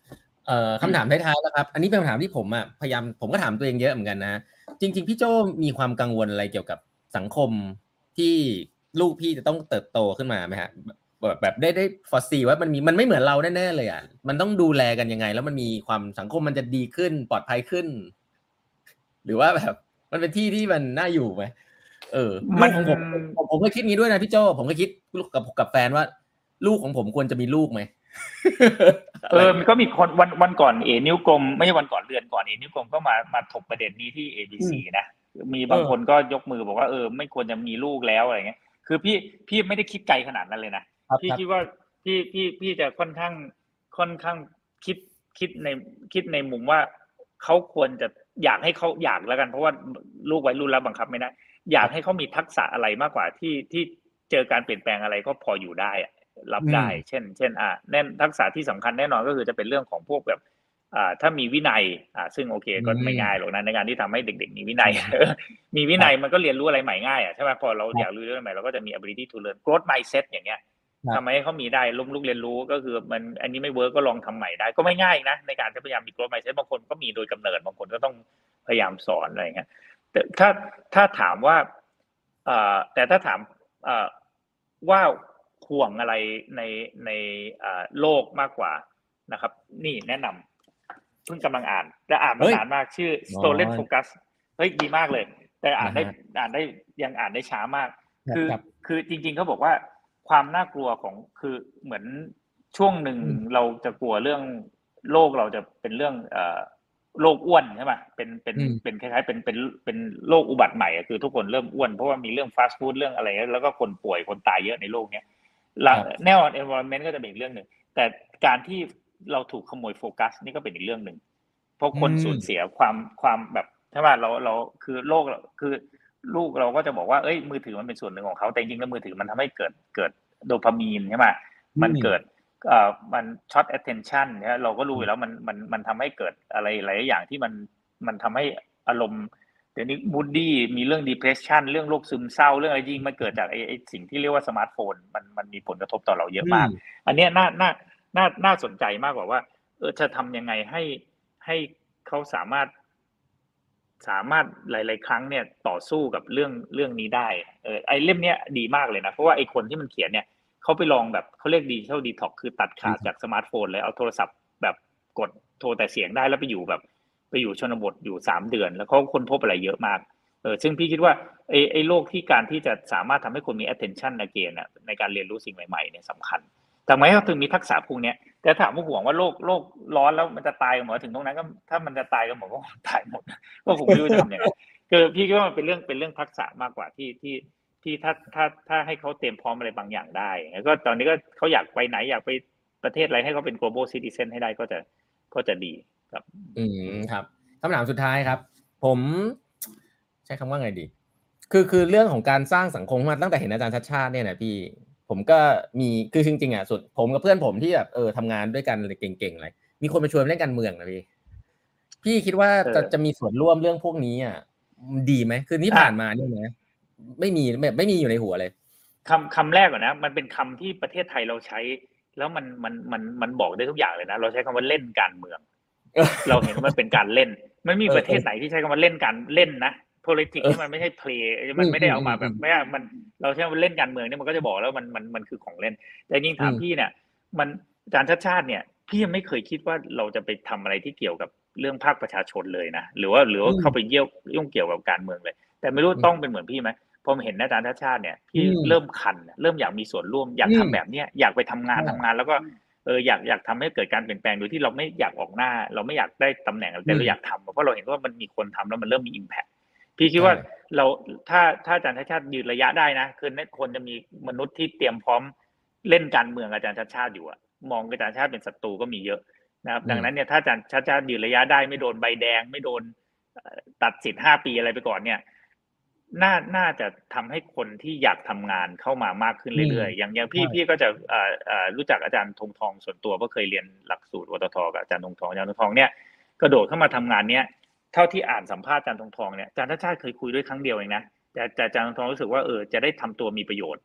คำถามท้ายๆแล้วครับอันนี้เป็นคำถามที่ผมพยายามผมก็ถามตัวเองเยอะเหมือนกันนะจริงๆพี่โจ้มีความกังวลอะไรเกี่ยวกับสังคมที่ลูกพี่จะต้องเติบโตขึ้นมาไหมฮะแบบได้ฟอสซีว่ามันไม่เหมือนเราแน่ๆเลยมันต้องดูแลกันยังไงแล้วมันมีความสังคมมันจะดีขึ้นปลอดภัยขึ้นหรือว่าแบบมันเป็นที่ที่มันน่าอยู่ไหมลูกของผมก็คิดงี้ด้วยนะพี่โจ้ผมก็คิดกับแฟนว่าลูกของผมควรจะมีลูกไหมมันก็มีคนวันก่อนนิ้วกลมไม่ใช่วันก่อนเดือนก่อนนิ้วกลมก็มาถกประเด็นนี้ที่ ABC นะมีบางคนก็ยกมือบอกว่าไม่ควรจะมีลูกแล้วอะไรเงี้ยคือพี่ไม่ได้คิดไกลขนาดนั้นเลยนะพี่คิดว่าพี่จะค่อนข้างคิดในมุมว่าเขาควรจะอยากให้เขาอยากแล้วกันเพราะว่าลูกวัยรุ่นแล้วบังคับไม่ได้อยากให้เขามีทักษะอะไรมากกว่าที่เจอการเปลี่ยนแปลงอะไรก็พออยู่ได้รับได้เช่นแน่นทักษะที่สำคัญแน่นอนก็คือจะเป็นเรื่องของพวกแบบถ้ามีวินัยซึ่งโอเคก็ไม่ง่ายหรอกนะในการที่ทำให้เด็กๆมีวินัยมีวินัยมันก็เรียนรู้อะไรใหม่ง่ายใช่ไหมพอเราอยากรู้เรื่องใหม่เราก็จะมี ability to learn growth mindset อย่างเงี้ยทำให้เขามีได้ล้มลุกเรียนรู้ก็คือมันอันนี้ไม่เวิร์กก็ลองทำใหม่ได้ก็ไม่ง่ายนะในการพยายามมี growth mindset บางคนก็มีโดยกำเนิดบางคนก็ต้องพยายามสอนอะไรเงี้ยแต่ถ้าถามว่าแต่ถ้าถามว่าห่วงอะไรในโลกมากกว่านะครับนี่แนะนำเพิ่งกำลังอ่านและอ่านมานานมากชื่อ Stolen Focus เฮ้ยดีมากเลยแต่อ่านได้ยังอ่านได้ช้ามากคือจริงๆเขาบอกว่าความน่ากลัวของคือเหมือนช่วงหนึ่งเราจะกลัวเรื่องโลกเราจะเป็นเรื่องโรคอ้วนใช่ไหมเป็นคล้ายๆเป็นโรคอุบัติใหม่คือทุกคนเริ่มอ้วนเพราะว่ามีเรื่องฟาสต์ฟู้ดเรื่องอะไรแล้วก็คนป่วยคนตายเยอะในโลกนี้แน่นอน environment ก็จะเป็นอีกเรื่องหนึ่งแต่การที่เราถูกขโมยโฟกัสนี่ก็เป็นอีกเรื่องหนึ่งเพราะคนสูญเสียความแบบใช่ป่ะเราคือโลกคือลูกเราก็จะบอกว่าเอ้ยมือถือมันเป็นส่วนหนึ่งของเขาแต่จริงๆแล้วมือถือมันทำให้เกิดโดพามีนใช่ไหมมันเกิดมันช็อต attention เนี่ยเราก็รู้อยู่แล้วมันทำให้เกิดอะไรหลายอย่างที่มันทำให้อารมณ์เดี๋ยวนี้มูดดี้มีเรื่อง depression เรื่องโรคซึมเศร้าเรื่องอะไรจริงมันเกิดจากไอ้สิ่งที่เรียกว่าสมาร์ทโฟนมันมีผลกระทบต่อเราเยอะมากอันนี้น่าสนใจมากกว่าว่าจะทำยังไงให้เขาสามารถหลายๆครั้งเนี่ยต่อสู้กับเรื่องนี้ได้ไอ้เล่มเนี้ยดีมากเลยนะเพราะว่าไอ้คนที่มันเขียนเนี่ยเขาไปลองแบบเขาเรียกดิจิทัลดีท็อกคือตัดขาดจากสมาร์ทโฟนเลยเอาโทรศัพท์แบบกดโทรแต่เสียงได้แล้วไปอยู่ชนบทอยู่3เดือนแล้วเขาค้นพบอะไรเยอะมากซึ่งพี่คิดว่าไอ้โลกที่การที่จะสามารถทำให้คนมี attention again ในการเรียนรู้สิ่งใหม่ๆเนี่ยสำคัญแต่ไม่เขาถึงมีทักษะพวกนี้แต่ถามว่าห่วงว่าโลกร้อนแล้วมันจะตายกันหมดถึงตรงนั้นก็ถ้ามันจะตายกันหมดก็ตายหมดก็ผมไม่รู้จะทำยังไงคือพี่คิดว่ามันเป็นเรื่องทักษะมากกว่าที่ถ้าให้เขาเตรียมพร้อมอะไรบางอย่างได้แล้วก็ตอนนี้ก็เขาอยากไปไหนอยากไปประเทศอะไรให้เขาเป็น global citizen ให้ได้ก็จะดีครับครับคำถามสุดท้ายครับผมใช้คำว่าไงดีคือเรื่องของการสร้างสังคมมาตั้งแต่เห็นอาจารย์ชัดชาติเนี่ยนะพี่ผมก็มีคือจริงๆส่วนผมกับเพื่อนผมที่แบบทำงานด้วยกันเก่งๆอะไรมีคนมาชวนเล่นการเมืองนะพี่คิดว่าจะมีส่วนร่วมเรื่องพวกนี้ดีไหมคือที่ผ่านมาเนี่ยนะไม่มีอยู่ในหัวเลยคำแรกก่อนนะมันเป็นคำที่ประเทศไทยเราใช้แล้วมันบอกได้ทุกอย่างเลยนะเราใช้คำว่าเล่นการเมืองเราเห็นว่ามันเป็นการเล่นไม่มีประเทศไหนที่ใช้คำว่าเล่นการเล่นนะ politics ที่มันไม่ใช่ play มันไม่ได้เอามาแบบไม่มันเราใช้ว่าเล่นการเมืองเนี่ยมันก็จะบอกแล้วมันคือของเล่นแต่จริงถามพี่เนี่ยมันอาจารย์ชาติเนี่ยพี่ยังไม่เคยคิดว่าเราจะไปทำอะไรที่เกี่ยวกับเรื่องภาคประชาชนเลยนะหรือว่าเข้าไปยุ่งเกี่ยวกับการเมืองเลยแต่ไม่รู้ต้องเป็นเหมือนพี่ไหมพอเห็นอาจารย์ชาติเนี่ยพี่เริ่มคันเริ่มอยากมีส่วนร่วมอยากทำแบบเนี้ยอยากไปทำงานแล้วก็อยากทำให้เกิดการเปลี่ยนแปลงโดยที่เราไม่อยากออกหน้าเราไม่อยากได้ตำแหน่งแต่เราอยากทำเพราะเราเห็นว่ามันมีคนทำแล้วมันเริ่มมี impact พี่คิดว่าเราถ้าอาจารย์ชาติยืนระยะได้นะคือคนจะมีมนุษย์ที่เตรียมพร้อมเล่นการเมืองอาจารย์ชาติอยู่มองอาจารย์ชาติเป็นศัตรูก็มีเยอะนะครับดังนั้นเนี่ยถ้าอาจารย์ชาติยืนระยะได้ไม่โดนใบแดงไม่โดนตัดสิทธิ์5 ปีอะไรไปก่อนเนี่ยน่าจะทำให้คนที่อยากทำงานเข้ามามากขึ้นเรื่อยๆอย่างพี่ก็จะรู้จักอาจารย์ธงทองส่วนตัวเพราะเคยเรียนหลักสูตรวตทกับอาจารย์ธงทองเนี่ยกระโดดเข้ามาทำงานเนี้ยเท่าที่อ่านสัมภาษณ์อาจารย์ธงทองเนี่ยอาจารย์ชาติเคยคุยด้วยครั้งเดียวเองนะแต่อาจารย์ธงทองรู้สึกว่าจะได้ทำตัวมีประโยชน์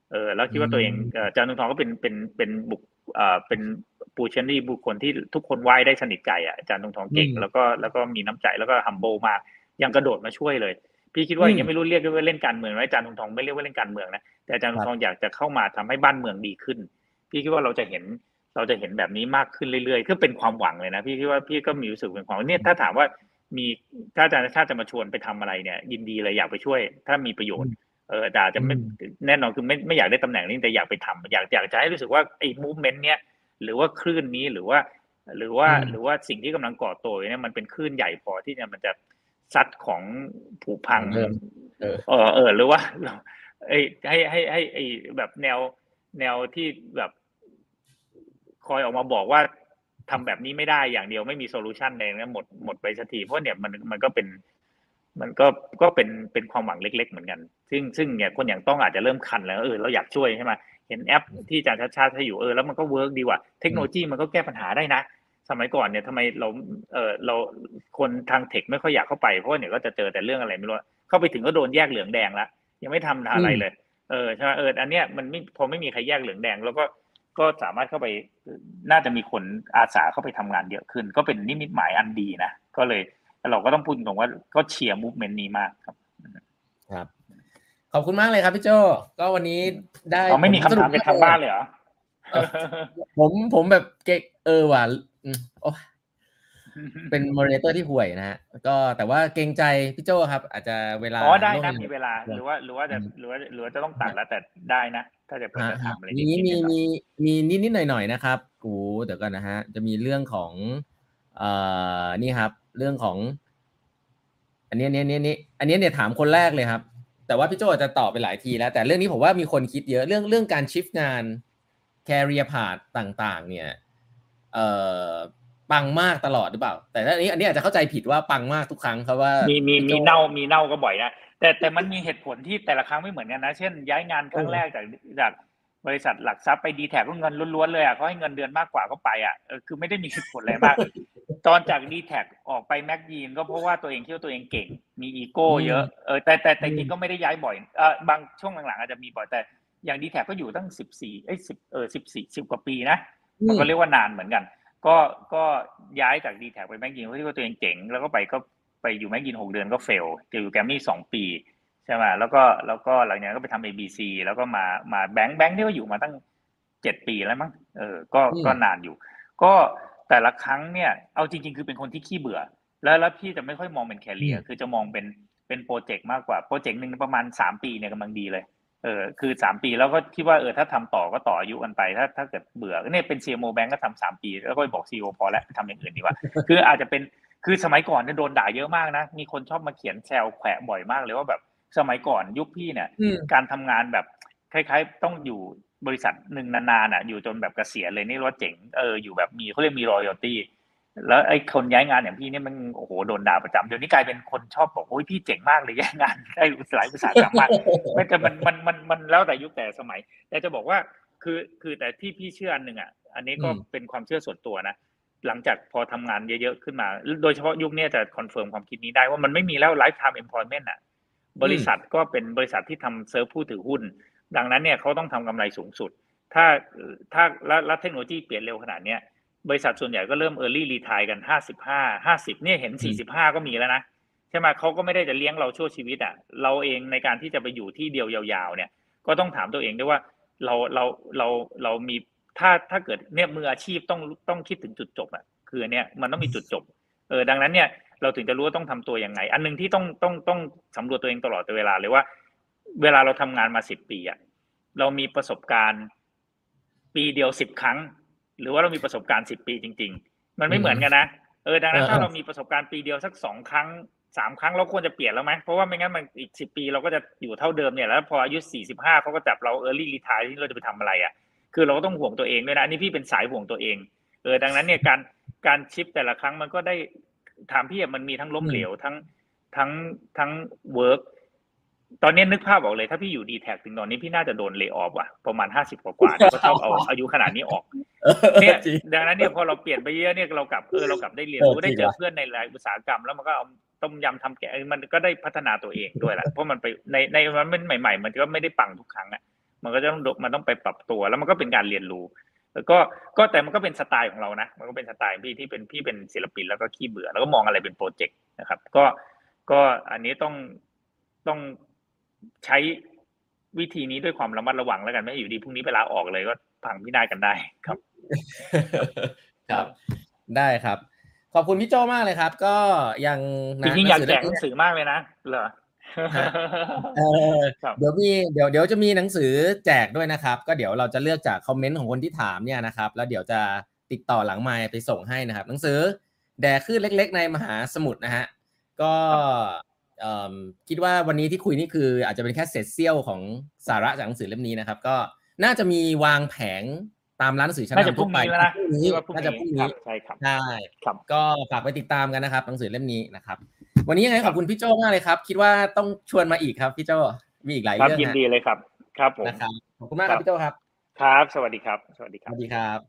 แล้วคิดว่าตัวเองอาจารย์ธงทองก็เป็นเป็นปูชนีบุคคลที่ทุกคนไหว้ได้สนิทใจอาจารย์ธงทองเก่งแล้วก็มีน้ำใจแล้วก็humbleมากยังกระโดดมาช่วยเลยพี่คิดว่าอย่างนี้ไม่รู้เรียกว่าเล่นการเมืองไหมอาจารย์ธงทองไม่เรียกว่าเล่นการเมืองนะแต่อาจารย์ธงทองอยากจะเข้ามาทำให้บ้านเมืองดีขึ้นพี่คิดว่าเราจะเห็นแบบนี้มากขึ้นเรื่อยๆก็เป็นความหวังเลยนะพี่คิดว่าพี่ก็มีรู้สึกเป็นความเนี่ยถ้าถามว่ามีถ้าอาจารย์ชาติจะมาชวนไปทำอะไรเนี่ยยินดีเลยอยากไปช่วยถ้ามีประโยชน์แต่อาจจะไม่แน่นอนคือไม่อยากได้ตำแหน่งนี้แต่อยากไปทำอยากจะให้รู้สึกว่าไอ้มูฟเมนต์เนี้ยหรือว่าคลื่นนี้หรือว่าสิ่งที่กำลังก่อตัวเนี่ยมันเป็นคลื่นใหญ่พอที่มันจะซัดของผุพังหรือว่าให้ไอ้แบบแนวที่แบบคอยออกมาบอกว่าทำแบบนี้ไม่ได้อย่างเดียวไม่มีโซลูชันเองนะหมดไปสักทีเพราะเนี่ยมันก็เป็นความหวังเล็กๆเหมือนกันซึ่งเนี่ยคนอย่างต้องอาจจะเริ่มคันแล้วเราอยากช่วยใช่ไหมเห็นแอปที่อาจารย์ชาติให้อยู่แล้วมันก็เวิร์กดีว่ะเทคโนโลยีมันก็แก้ปัญหาได้นะสมัยก่อนเนี่ยทำไมเราคนทางเทคไม่ค่อยอยากเข้าไปเพราะเนี่ยก็จะเจอแต่เรื่องอะไรไม่รู้เข้าไปถึงก็โดนแยกเหลืองแดงแล้วยังไม่ทำอะไรเลยใช่ไหมอันเนี้ยมันไม่พอไม่มีใครแยกเหลืองแดงแล้วก็สามารถเข้าไปน่าจะมีคนอาสาเข้าไปทำงานเยอะขึ้นก็เป็นนิมิตหมายอันดีนะก็เลยเราก็ต้องพูดตรงว่าก็เชียร์มูฟเมนต์นี้มากครับขอบคุณมากเลยครับพี่โจก็วันนี้ได้ไม่มีคำถามจากทางบ้านเลยเหรอผมแบบเก่งว่ะเป็นโมเดเลเตอร์ที่ห่วยนะฮะก็แต่ว่าเกรงใจพี่โจครับอาจจะเวลาได้นะมีเวลาหรือว่าจะต้องตัดแล้วแต่ได้นะถ้าจะเปิดถามอะไรมีนิดหน่อยนะครับกูเดี๋ยวก่อนนะฮะจะมีเรื่องของนี่ครับเรื่องของอันนี้เนี่ยถามคนแรกเลยครับแต่ว่าพี่โจจะตอบไปหลายทีแล้วแต่เรื่องนี้ผมว่ามีคนคิดเยอะเรื่องการชิฟต์งาน career path ต่างๆเนี่ยปังมากตลอดหรือเปล่าแต่อันนี้อาจจะเข้าใจผิดว่าปังมากทุกครั้งครับว่ามีเน่าก็บ่อยนะแต่มันมีเหตุผลที่แต่ละครั้งไม่เหมือนกันนะเช่นย้ายงานครั้งแรกจากบริษัทหลักทรัพย์ไปดีแท็กก็เงินล้วนๆเลยเขาให้เงินเดือนมากกว่าก็ไปคือไม่ได้มีเหตุผลอะไรมากตอนจากดีแท็กออกไปแม็กยีนก็เพราะว่าตัวเองคิดว่าตัวเองเก่งมีอีโก้เยอะแต่จริงก็ไม่ได้ย้ายบ่อยบางช่วงหลังๆอาจจะมีบ่อยแต่อย่างดีแท็กก็อยู่ตั้ง10 กว่าปีนะมันก็เรียกว่านานเหมือนกันก็ย้ายจากดีแท็กไปแม็กยีนเพราะที่ว่าตัวเองเจ๋งแล้วก็ไปอยู่แม็กยีน6 เดือนก็เฟลจะอยู่แกรมมี่2 ปีใช่ไหมแล้วก็หลังจากนั้นก็ไปทำ ABC แล้วก็มาแบงค์นี่ก็อยู่มาตั้ง7 ปีแล้วมั้งก็นานอยู่ก็แต่ละครั้งเนี่ยเอาจริงๆคือเป็นคนที่ขี้เบื่อแล้วพี่จะไม่ค่อยมองเป็นแคเรียร์คือจะมองเป็นโปรเจกต์มากกว่าโปรเจกต์นึงประมาณ3 ปีเนี่ยกำลังดีเลยคือ3 ปีแล้วก็คิดว่าถ้าทำต่อก็ต่ออายุกันไปถ้าเกิดเบื่อเนี่ยเป็น CMO Bank ก็ทำ3 ปีแล้วก็บอก CEO พอแล้วทำอย่างอื่นดีกว่าคืออาจจะเป็นคือสมัยก่อนเนี่ยโดนด่าเยอะมากนะมีคนชอบมาเขียนแซวแขวะบ่อยมากเลยว่าแบบสมัยก่อนยุคพี่เนี่ยการทำงานแบบคล้ายๆต้องอยู่บริษัทหนึ่งนานๆอยู่จนแบบเกษียณเลยนี่ว่าเจ๋งอยู่แบบมีเขาเรียกมี royalty แล้วไอ้คนย้ายงานอย่างพี่เนี่ยมันโอ้โหโดนด่าประจำเดี๋ยวนี้กลายเป็นคนชอบบอกโอ้ยพี่เจ๋งมากเลยย้ายงานได้หลายอุตสาหกรรมมากแต่มันแล้วแต่ยุคแต่สมัยแต่จะบอกว่าคือแต่ที่พี่เชื่ออันหนึ่งอันนี้ก็เป็นความเชื่อส่วนตัวนะหลังจากพอทำงานเยอะๆขึ้นมาโดยเฉพาะยุคนี้จะคอนเฟิร์มความคิดนี้ได้ว่ามันไม่มีแล้ว lifetime employment บริษัทก็เป็นบริษัทที่ทำเซิร์ฟผู้ถือหุ้นดังนั้นเนี่ยเขาต้องทำกำไรสูงสุดถ้าแล้วเทคโนโลยีเปลี่ยนเร็วขนาดนี้บริษัทส่วนใหญ่ก็เริ่ม early retire กัน50เนี่ยเห็น45ก็มีแล้วนะใช่ไหมเขาก็ไม่ได้จะเลี้ยงเราชั่วชีวิตเราเองในการที่จะไปอยู่ที่เดียวยาวๆเนี่ยก็ต้องถามตัวเองด้วยว่าเรามีถ้าเกิดเนี่ยมืออาชีพต้องคิดถึงจุดจบคือเนี่ยมันต้องมีจุดจบดังนั้นเนี่ยเราถึงจะรู้ว่าต้องทำตัวยังไงอันนึงที่ต้องสำรวจตัวเองตลอดเวลาเลยว่าเวลาเราทำงานมา10 ปีเรามีประสบการณ์ปีเดียว10 ครั้งหรือว่าเรามีประสบการณ์10 ปีจริงๆมันไม่เหมือนกันนะดังนั้นถ้าเรามีประสบการณ์ปีเดียวสัก2 ครั้ง3 ครั้งเราควรจะเปลี่ยนแล้วไหมเพราะว่าไม่งั้นมันอีก10 ปีเราก็จะอยู่เท่าเดิมเนี่ยแล้วพออายุ45เขาก็จับเรา early retire ที่เราจะไปทำอะไรคือเราก็ต้องห่วงตัวเองด้วยนะอันนี้พี่เป็นสายห่วงตัวเองดังนั้นเนี่ยการชิปแต่ละครั้งมันก็ได้ถามพี่มันมีทั้งล้มเหลวทั้งเวิร์กตอนนี้นึกภาพออกเลยถ้าพี่อยู่ดีแท็กถึงตอนนี้พี่น่าจะโดนเลย์ออฟประมาณ50 กว่าก็ชอบเอาอายุขนาดนี้ออกเนี่ยดังนั้นเนี่ยพอเราเปลี่ยนไปเยอะเนี่ยเรากลับได้เรียนรู้ได้เจอเพื่อนในหลายอุตสาหกรรมแล้วมันก็เอาต้มยำทำแกงมันก็ได้พัฒนาตัวเองด้วยแหละเพราะมันไปในมันใหม่ๆมันก็ไม่ได้ปังทุกครั้งมันต้องไปปรับตัวแล้วมันก็เป็นการเรียนรู้แล้วก็แต่มันก็เป็นสไตล์ของเรานะมันก็เป็นสไตล์พี่เป็นศิลปินแล้วก็ขี้เบื่อแล้วก็มองอะไรเป็นโปรเจกต์นะครับก็อันนี้ต้องใช้วิธีนี้ด้วยความระมัดระวังแล้วกันไม่อยู่ดีพรุ่งนี้ไปลาออกเลยก็พังพินาศกันได้ครับครับได้ครับขอบคุณพี่โจมากเลยครับก็ยังจริงๆอยากแจกหนังสือมากเลยนะเหรอเดี๋ยวจะมีหนังสือแจกด้วยนะครับก็เดี๋ยวเราจะเลือกจากคอมเมนต์ของคนที่ถามเนี่ยนะครับแล้วเดี๋ยวจะติดต่อหลังไมค์ไปส่งให้นะครับหนังสือแดกคลื่นเล็กๆในมหาสมุทรนะฮะก็คิดว่าวันนี้ที่คุยนี่คืออาจจะเป็นแค่เศษเสี้ยวของสาระจากหนังสือเล่มนี้นะครับก็น่าจะมีวางแผงตามร้านหนังสือชั้นนำทั่วไปน่าจะพรุ่งนี้ใช่ครับได้ก็ฝากไปติดตามกันนะครับหนังสือเล่มนี้นะครับวันนี้ยังไงขอบคุณพี่โจ้มากเลยครับคิดว่าต้องชวนมาอีกครับพี่โจ้มีอีกหลายเรื่องยินดีเลยครับครับผมนะครับขอบคุณมากครับพี่โจ้ครับครับสวัสดีครับสวัสดีครับ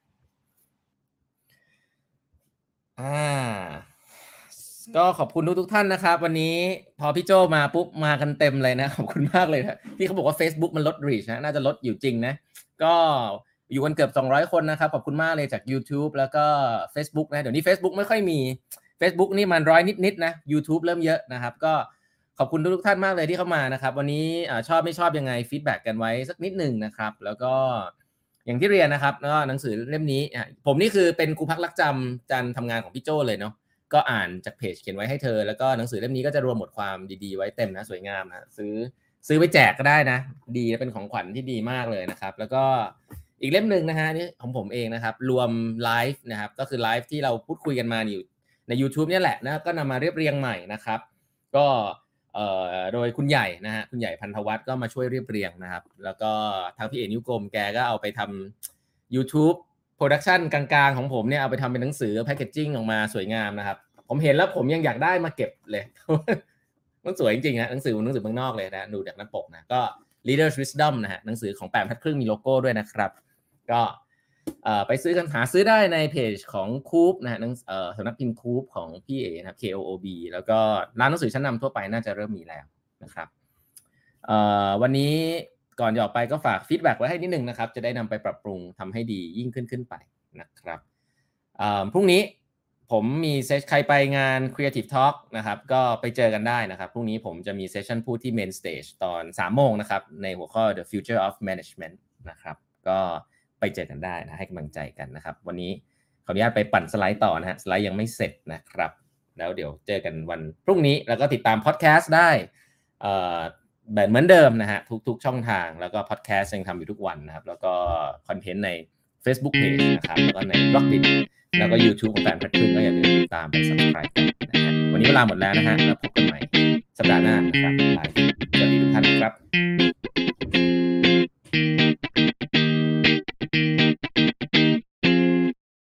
ก็ขอบคุณทุกท่านนะครับวันนี้พอพี่โจ้มาปุ๊บมากันเต็มเลยนะขอบคุณมากเลยครับที่เขาบอกว่า Facebook มันลด reach นะน่าจะลดอยู่จริงนะก็อยู่กันเกือบ200คนนะครับขอบคุณมากเลยจาก YouTube แล้วก็ Facebook นะเดี๋ยวนี้ Facebook ไม่ค่อยมี Facebook นี่มัน100นิดๆนะ YouTube เริ่มเยอะนะครับก็ขอบคุณทุกท่านมากเลยที่เข้ามานะครับวันนี้ชอบไม่ชอบยังไงฟีดแบ็กกันไว้สักนิดนึงนะครับแล้วก็อย่างที่เรียนนะครับแล้วก็หนังสือเล่มนี้ผมนี่คือเป็นครูพักรักจำการทำงานของพี่โจ้เลยเนาะก็อ่านจากเพจเขียนไว้ให้เธอแล้วก็หนังสือเล่มนี้ก็จะรวมบทความดีๆไว้เต็มนะสวยงามนะซื้อไปแจกก็ได้นะดีเป็นของขวัญที่ดีมากเลยนะครับแล้วก็อีกเล่มนึงนะฮะนี่ของผมเองนะครับรวมไลฟ์นะครับก็คือไลฟ์ที่เราพูดคุยกันมาอยู่ใน YouTube เนี่ยแหละนะก็นำมาเรียบเรียงใหม่นะครับก็โดยคุณใหญ่นะฮะคุณใหญ่พันธวัฒน์ก็มาช่วยเรียบเรียงนะครับแล้วก็ทางพี่เอกนิ้วกลมแกก็เอาไปทำ YouTubeโปรดักชันกลางๆของผมเนี่ยเอาไปทำเป็นหนังสือแพคเกจจิ้งออกมาสวยงามนะครับผมเห็นแล้วผมยังอยากได้มาเก็บเลยมันสวยจริงๆนะหนังสือเมืองนอกเลยนะดูจากหน้าปกนะก็ Leader's Wisdom นะฮะหนังสือของ8 พัดครึ่งมีโลโก้ด้วยนะครับก็ไปซื้อกันหาซื้อได้ในเพจของคูปนะฮะสำนักพิมพ์คูปของพี่เอนะครับ KOOB แล้วก็ร้านหนังสือชั้นนำทั่วไปน่าจะเริ่มมีแล้วนะครับวันนี้ก่อนจะออกไปก็ฝากฟีดแบ็กไว้ให้นิดนึงนะครับจะได้นำไปปรับปรุงทำให้ดียิ่งขึ้นไปนะครับพรุ่งนี้ผมมีใครไปงาน Creative Talk นะครับก็ไปเจอกันได้นะครับพรุ่งนี้ผมจะมีเซสชั่นพูดที่ Main Stage ตอน 3 โมงนะครับในหัวข้อ The Future of Management นะครับก็ไปเจอกันได้นะให้กำลังใจกันนะครับวันนี้ขออนุญาตไปปั่นสไลด์ต่อนะฮะสไลด์ยังไม่เสร็จนะครับแล้วเดี๋ยวเจอกันวันพรุ่งนี้แล้วก็ติดตามพอดแคสต์ได้แบบเหมือนเดิมนะฮะทุกช่องทางแล้วก็พอดแคสต์ยังทำอยู่ทุกวันนะครับแล้วก็คอนเทนต์ใน Facebook Page นะครับแล้วก็ใน Blogdit แล้วก็ YouTube ของแฟนพัดครึ่งก็อย่าลืมติดตามไป Subscribe กันนะฮะวันนี้เวลาหมดแล้วนะฮะแล้วพบกันใหม่สัปดาห์หน้านะครับสวัสดีทุกท่านครับ